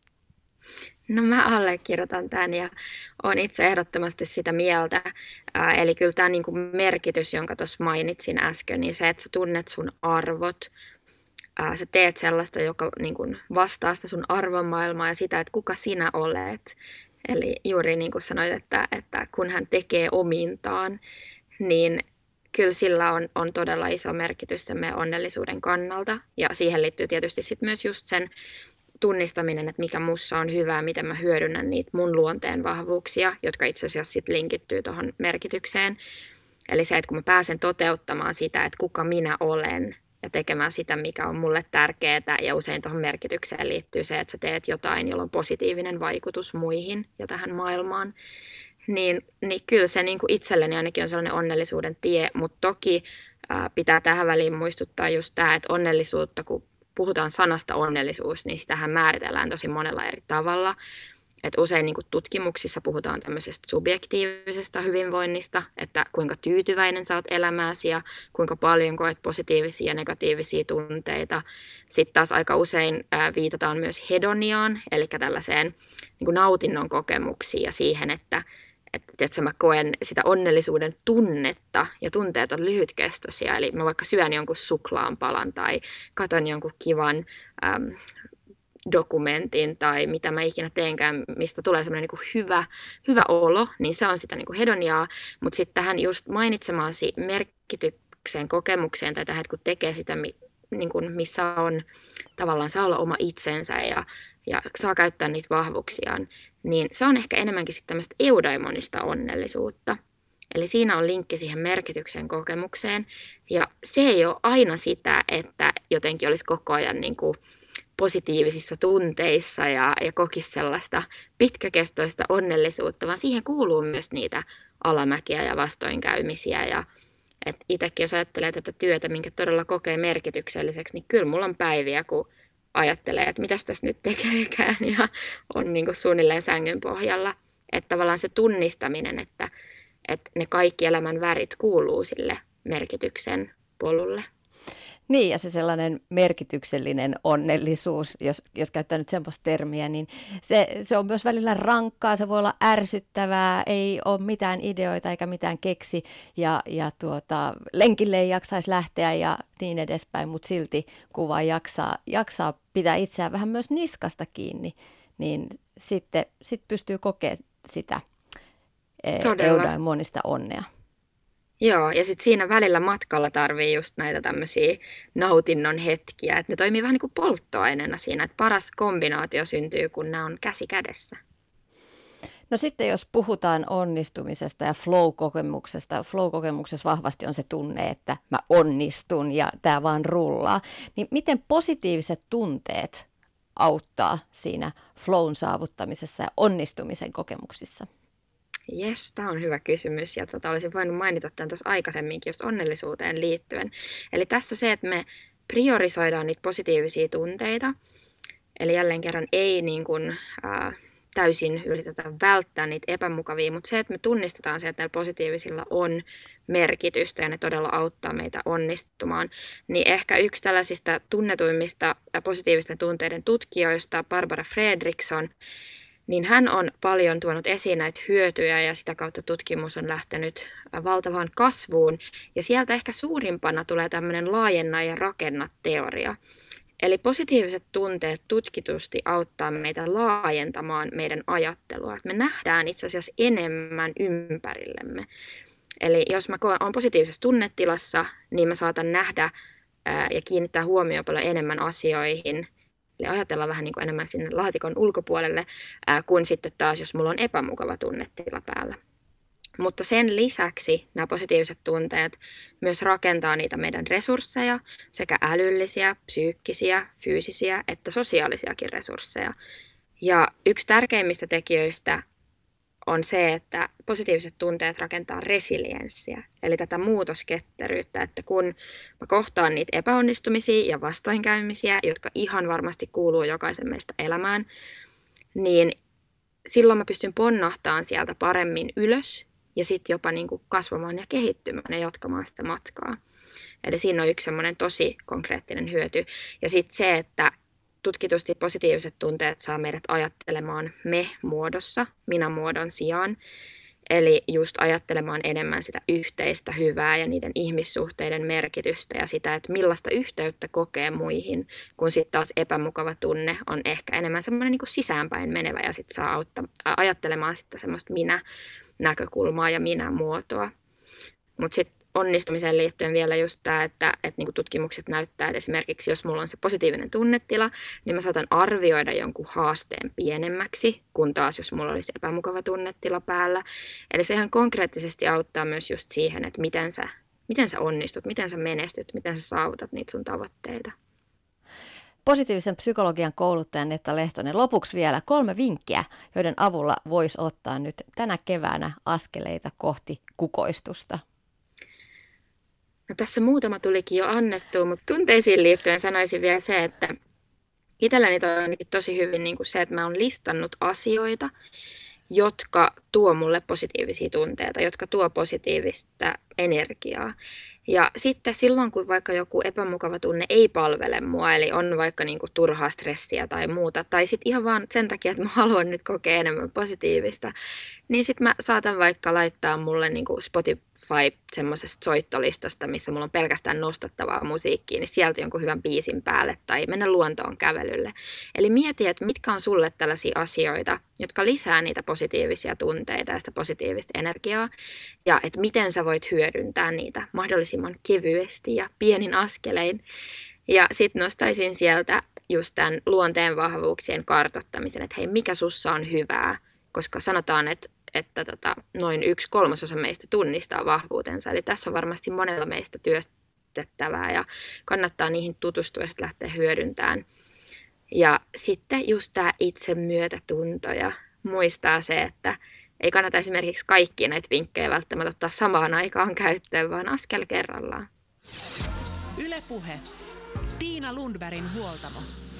No mä allekirjoitan tämän ja olen itse ehdottomasti sitä mieltä. Ää, eli kyllä tämä niinku merkitys, jonka tuossa mainitsin äsken, niin se, että sä tunnet sun arvot, ää, sä teet sellaista, joka niinku vastaa sitä sun arvomaailmaa ja sitä, että kuka sinä olet. Eli juuri niin kuin sanoit, että, että kun hän tekee omintaan, niin kyllä sillä on, on todella iso merkitys sen meidän onnellisuuden kannalta. Ja siihen liittyy tietysti sit myös just sen tunnistaminen, että mikä mussa on hyvää, miten mä hyödynnän niitä mun luonteen vahvuuksia, jotka itse asiassa sit linkittyy tuohon merkitykseen. Eli se, että kun mä pääsen toteuttamaan sitä, että kuka minä olen ja tekemään sitä, mikä on mulle tärkeää, ja usein tuohon merkitykseen liittyy se, että sä teet jotain, jolla on positiivinen vaikutus muihin ja tähän maailmaan, niin, niin kyllä se niin kuin itselleni ainakin on sellainen onnellisuuden tie, mutta toki ää, pitää tähän väliin muistuttaa just tämä, että onnellisuutta, kun puhutaan sanasta onnellisuus, niin sitähän määritellään tosi monella eri tavalla. Et usein niin kuin tutkimuksissa puhutaan tämmöisestä subjektiivisesta hyvinvoinnista, että kuinka tyytyväinen sä oot elämääsi ja kuinka paljon koet positiivisia ja negatiivisia tunteita. Sitten taas aika usein ää, viitataan myös hedoniaan, eli tällaiseen niin kuin nautinnon kokemuksiin ja siihen, että että, että mä koen sitä onnellisuuden tunnetta ja tunteet on lyhytkestoisia. Eli mä vaikka syön jonkun suklaanpalan tai katon jonkun kivan äm, dokumentin tai mitä mä ikinä teenkään, mistä tulee semmoinen niin kuin hyvä, hyvä olo, niin se on sitä niin kuin hedoniaa. Mutta sitten tähän just mainitsemaasi merkityksen kokemukseen tai tähän, että kun tekee sitä, niin kuin missä on tavallaan saa olla oma itsensä ja, ja saa käyttää niitä vahvuuksiaan, niin se on ehkä enemmänkin sitten tämmöistä eudaimonista onnellisuutta. Eli siinä on linkki siihen merkityksen kokemukseen. Ja se ei ole aina sitä, että jotenkin olisi koko ajan niin kuin positiivisissa tunteissa ja, ja kokisi sellaista pitkäkestoista onnellisuutta, vaan siihen kuuluu myös niitä alamäkiä ja vastoinkäymisiä. Ja itsekin jos ajattelee tätä työtä, minkä todella kokee merkitykselliseksi, niin kyllä mulla on päiviä, kun ajattelee, että mitäs tässä nyt tekeekään ja on niin kuin suunnilleen sängyn pohjalla. Että tavallaan se tunnistaminen, että, että ne kaikki elämän värit kuuluu sille merkityksen polulle. Niin, ja se sellainen merkityksellinen onnellisuus, jos, jos käyttää nyt semmoista termiä, niin se, se on myös välillä rankkaa, se voi olla ärsyttävää, ei ole mitään ideoita eikä mitään keksi, ja, ja tuota, lenkille ei jaksaisi lähteä ja niin edespäin, mutta silti kun vaan jaksaa, jaksaa pitää itseään vähän myös niskasta kiinni, niin sitten sit pystyy kokemaan sitä eudaimonista onnea. Joo, ja sitten siinä välillä matkalla tarvii just näitä tämmöisiä nautinnon hetkiä, että ne toimii vähän niin kuin polttoaineena siinä, että paras kombinaatio syntyy, kun nämä on käsi kädessä. No sitten jos puhutaan onnistumisesta ja flow-kokemuksesta, flow-kokemuksessa vahvasti on se tunne, että mä onnistun ja tämä vaan rullaa, niin miten positiiviset tunteet auttaa siinä flown saavuttamisessa ja onnistumisen kokemuksissa? Jes, tämä on hyvä kysymys ja tota, olisin voinut mainita tämän tuossa aikaisemminkin just onnellisuuteen liittyen. Eli tässä se, että me priorisoidaan niitä positiivisia tunteita, eli jälleen kerran ei niin kuin, ää, täysin yritetä välttää niitä epämukavia, mutta se, että me tunnistetaan se, että näillä positiivisilla on merkitystä ja ne todella auttaa meitä onnistumaan, niin ehkä yksi tällaisista tunnetuimmista positiivisten tunteiden tutkijoista, Barbara Fredriksson, niin hän on paljon tuonut esiin näitä hyötyjä ja sitä kautta tutkimus on lähtenyt valtavaan kasvuun. Ja sieltä ehkä suurimpana tulee tämmöinen laajenna ja rakenna teoria. Eli positiiviset tunteet tutkitusti auttaa meitä laajentamaan meidän ajattelua. Me nähdään itse asiassa enemmän ympärillemme. Eli jos mä olen positiivisessa tunnetilassa, niin mä saatan nähdä ää, ja kiinnittää huomioon paljon enemmän asioihin. Eli ajatellaan vähän niin kuin enemmän sinne laatikon ulkopuolelle, ää, kuin sitten taas, jos mulla on epämukava tunnetila päällä. Mutta sen lisäksi nämä positiiviset tunteet myös rakentaa niitä meidän resursseja, sekä älyllisiä, psyykkisiä, fyysisiä että sosiaalisiakin resursseja. Ja yksi tärkeimmistä tekijöistä on se, että positiiviset tunteet rakentaa resilienssiä, eli tätä muutosketteryyttä, että kun mä kohtaan niitä epäonnistumisia ja vastoinkäymisiä, jotka ihan varmasti kuuluu jokaisen meistä elämään, niin silloin mä pystyn ponnahtamaan sieltä paremmin ylös ja sitten jopa niin kuin kasvamaan ja kehittymään ja jatkamaan sitä matkaa. Eli siinä on yksi semmoinen tosi konkreettinen hyöty. Ja sitten se, että tutkitusti positiiviset tunteet saa meidät ajattelemaan me-muodossa, minä-muodon sijaan. Eli just ajattelemaan enemmän sitä yhteistä hyvää ja niiden ihmissuhteiden merkitystä ja sitä, että millaista yhteyttä kokee muihin, kun sitten taas epämukava tunne on ehkä enemmän semmoinen niin kuin sisäänpäin menevä ja sitten saa auttaa, ajattelemaan sitten semmoista minä-näkökulmaa ja minä-muotoa. Mutta sitten onnistumiseen liittyen vielä just tämä, että, että niin kuin tutkimukset näyttää, että esimerkiksi jos mulla on se positiivinen tunnetila, niin mä saatan arvioida jonkun haasteen pienemmäksi, kun taas jos mulla olisi epämukava tunnetila päällä. Eli se ihan konkreettisesti auttaa myös just siihen, että miten sä, miten sä onnistut, miten sä menestyt, miten sä saavutat niitä sun tavoitteita. Positiivisen psykologian kouluttaja Netta Lehtonen, lopuksi vielä kolme vinkkiä, joiden avulla voisi ottaa nyt tänä keväänä askeleita kohti kukoistusta. No tässä muutama tulikin jo annettua, mutta tunteisiin liittyen sanoisin vielä se, että itselläni toi on tosi hyvin niin kuin se, että mä oon listannut asioita, jotka tuo mulle positiivisia tunteita, jotka tuo positiivista energiaa. Ja sitten silloin, kun vaikka joku epämukava tunne ei palvele mua, eli on vaikka niinku turhaa stressiä tai muuta, tai sitten ihan vaan sen takia, että mä haluan nyt kokea enemmän positiivista, niin sitten mä saatan vaikka laittaa mulle niinku Spotify semmoisesta soittolistasta, missä mulla on pelkästään nostattavaa musiikkia, niin sieltä jonkun hyvän biisin päälle tai mennä luontoon kävelylle. Eli mieti, että mitkä on sulle tällaisia asioita, jotka lisää niitä positiivisia tunteita ja sitä positiivista energiaa, ja että miten sä voit hyödyntää niitä mahdollisimman kevyesti ja pienin askelein. Ja sitten nostaisin sieltä just tämän luonteen vahvuuksien kartoittamisen, että hei, mikä sussa on hyvää, koska sanotaan, että, että tota, noin yksi kolmasosa meistä tunnistaa vahvuutensa. Eli tässä on varmasti monella meistä työstettävää ja kannattaa niihin tutustua ja sitten lähteä hyödyntämään. Ja sitten just tämä itsemyötätunto ja muistaa se, että ei kannata esimerkiksi kaikkia näitä vinkkejä välttämättä ottaa samaan aikaan käyttöön, vaan askel kerrallaan. Yle Puhe. Tiina Lundbergin huoltamo.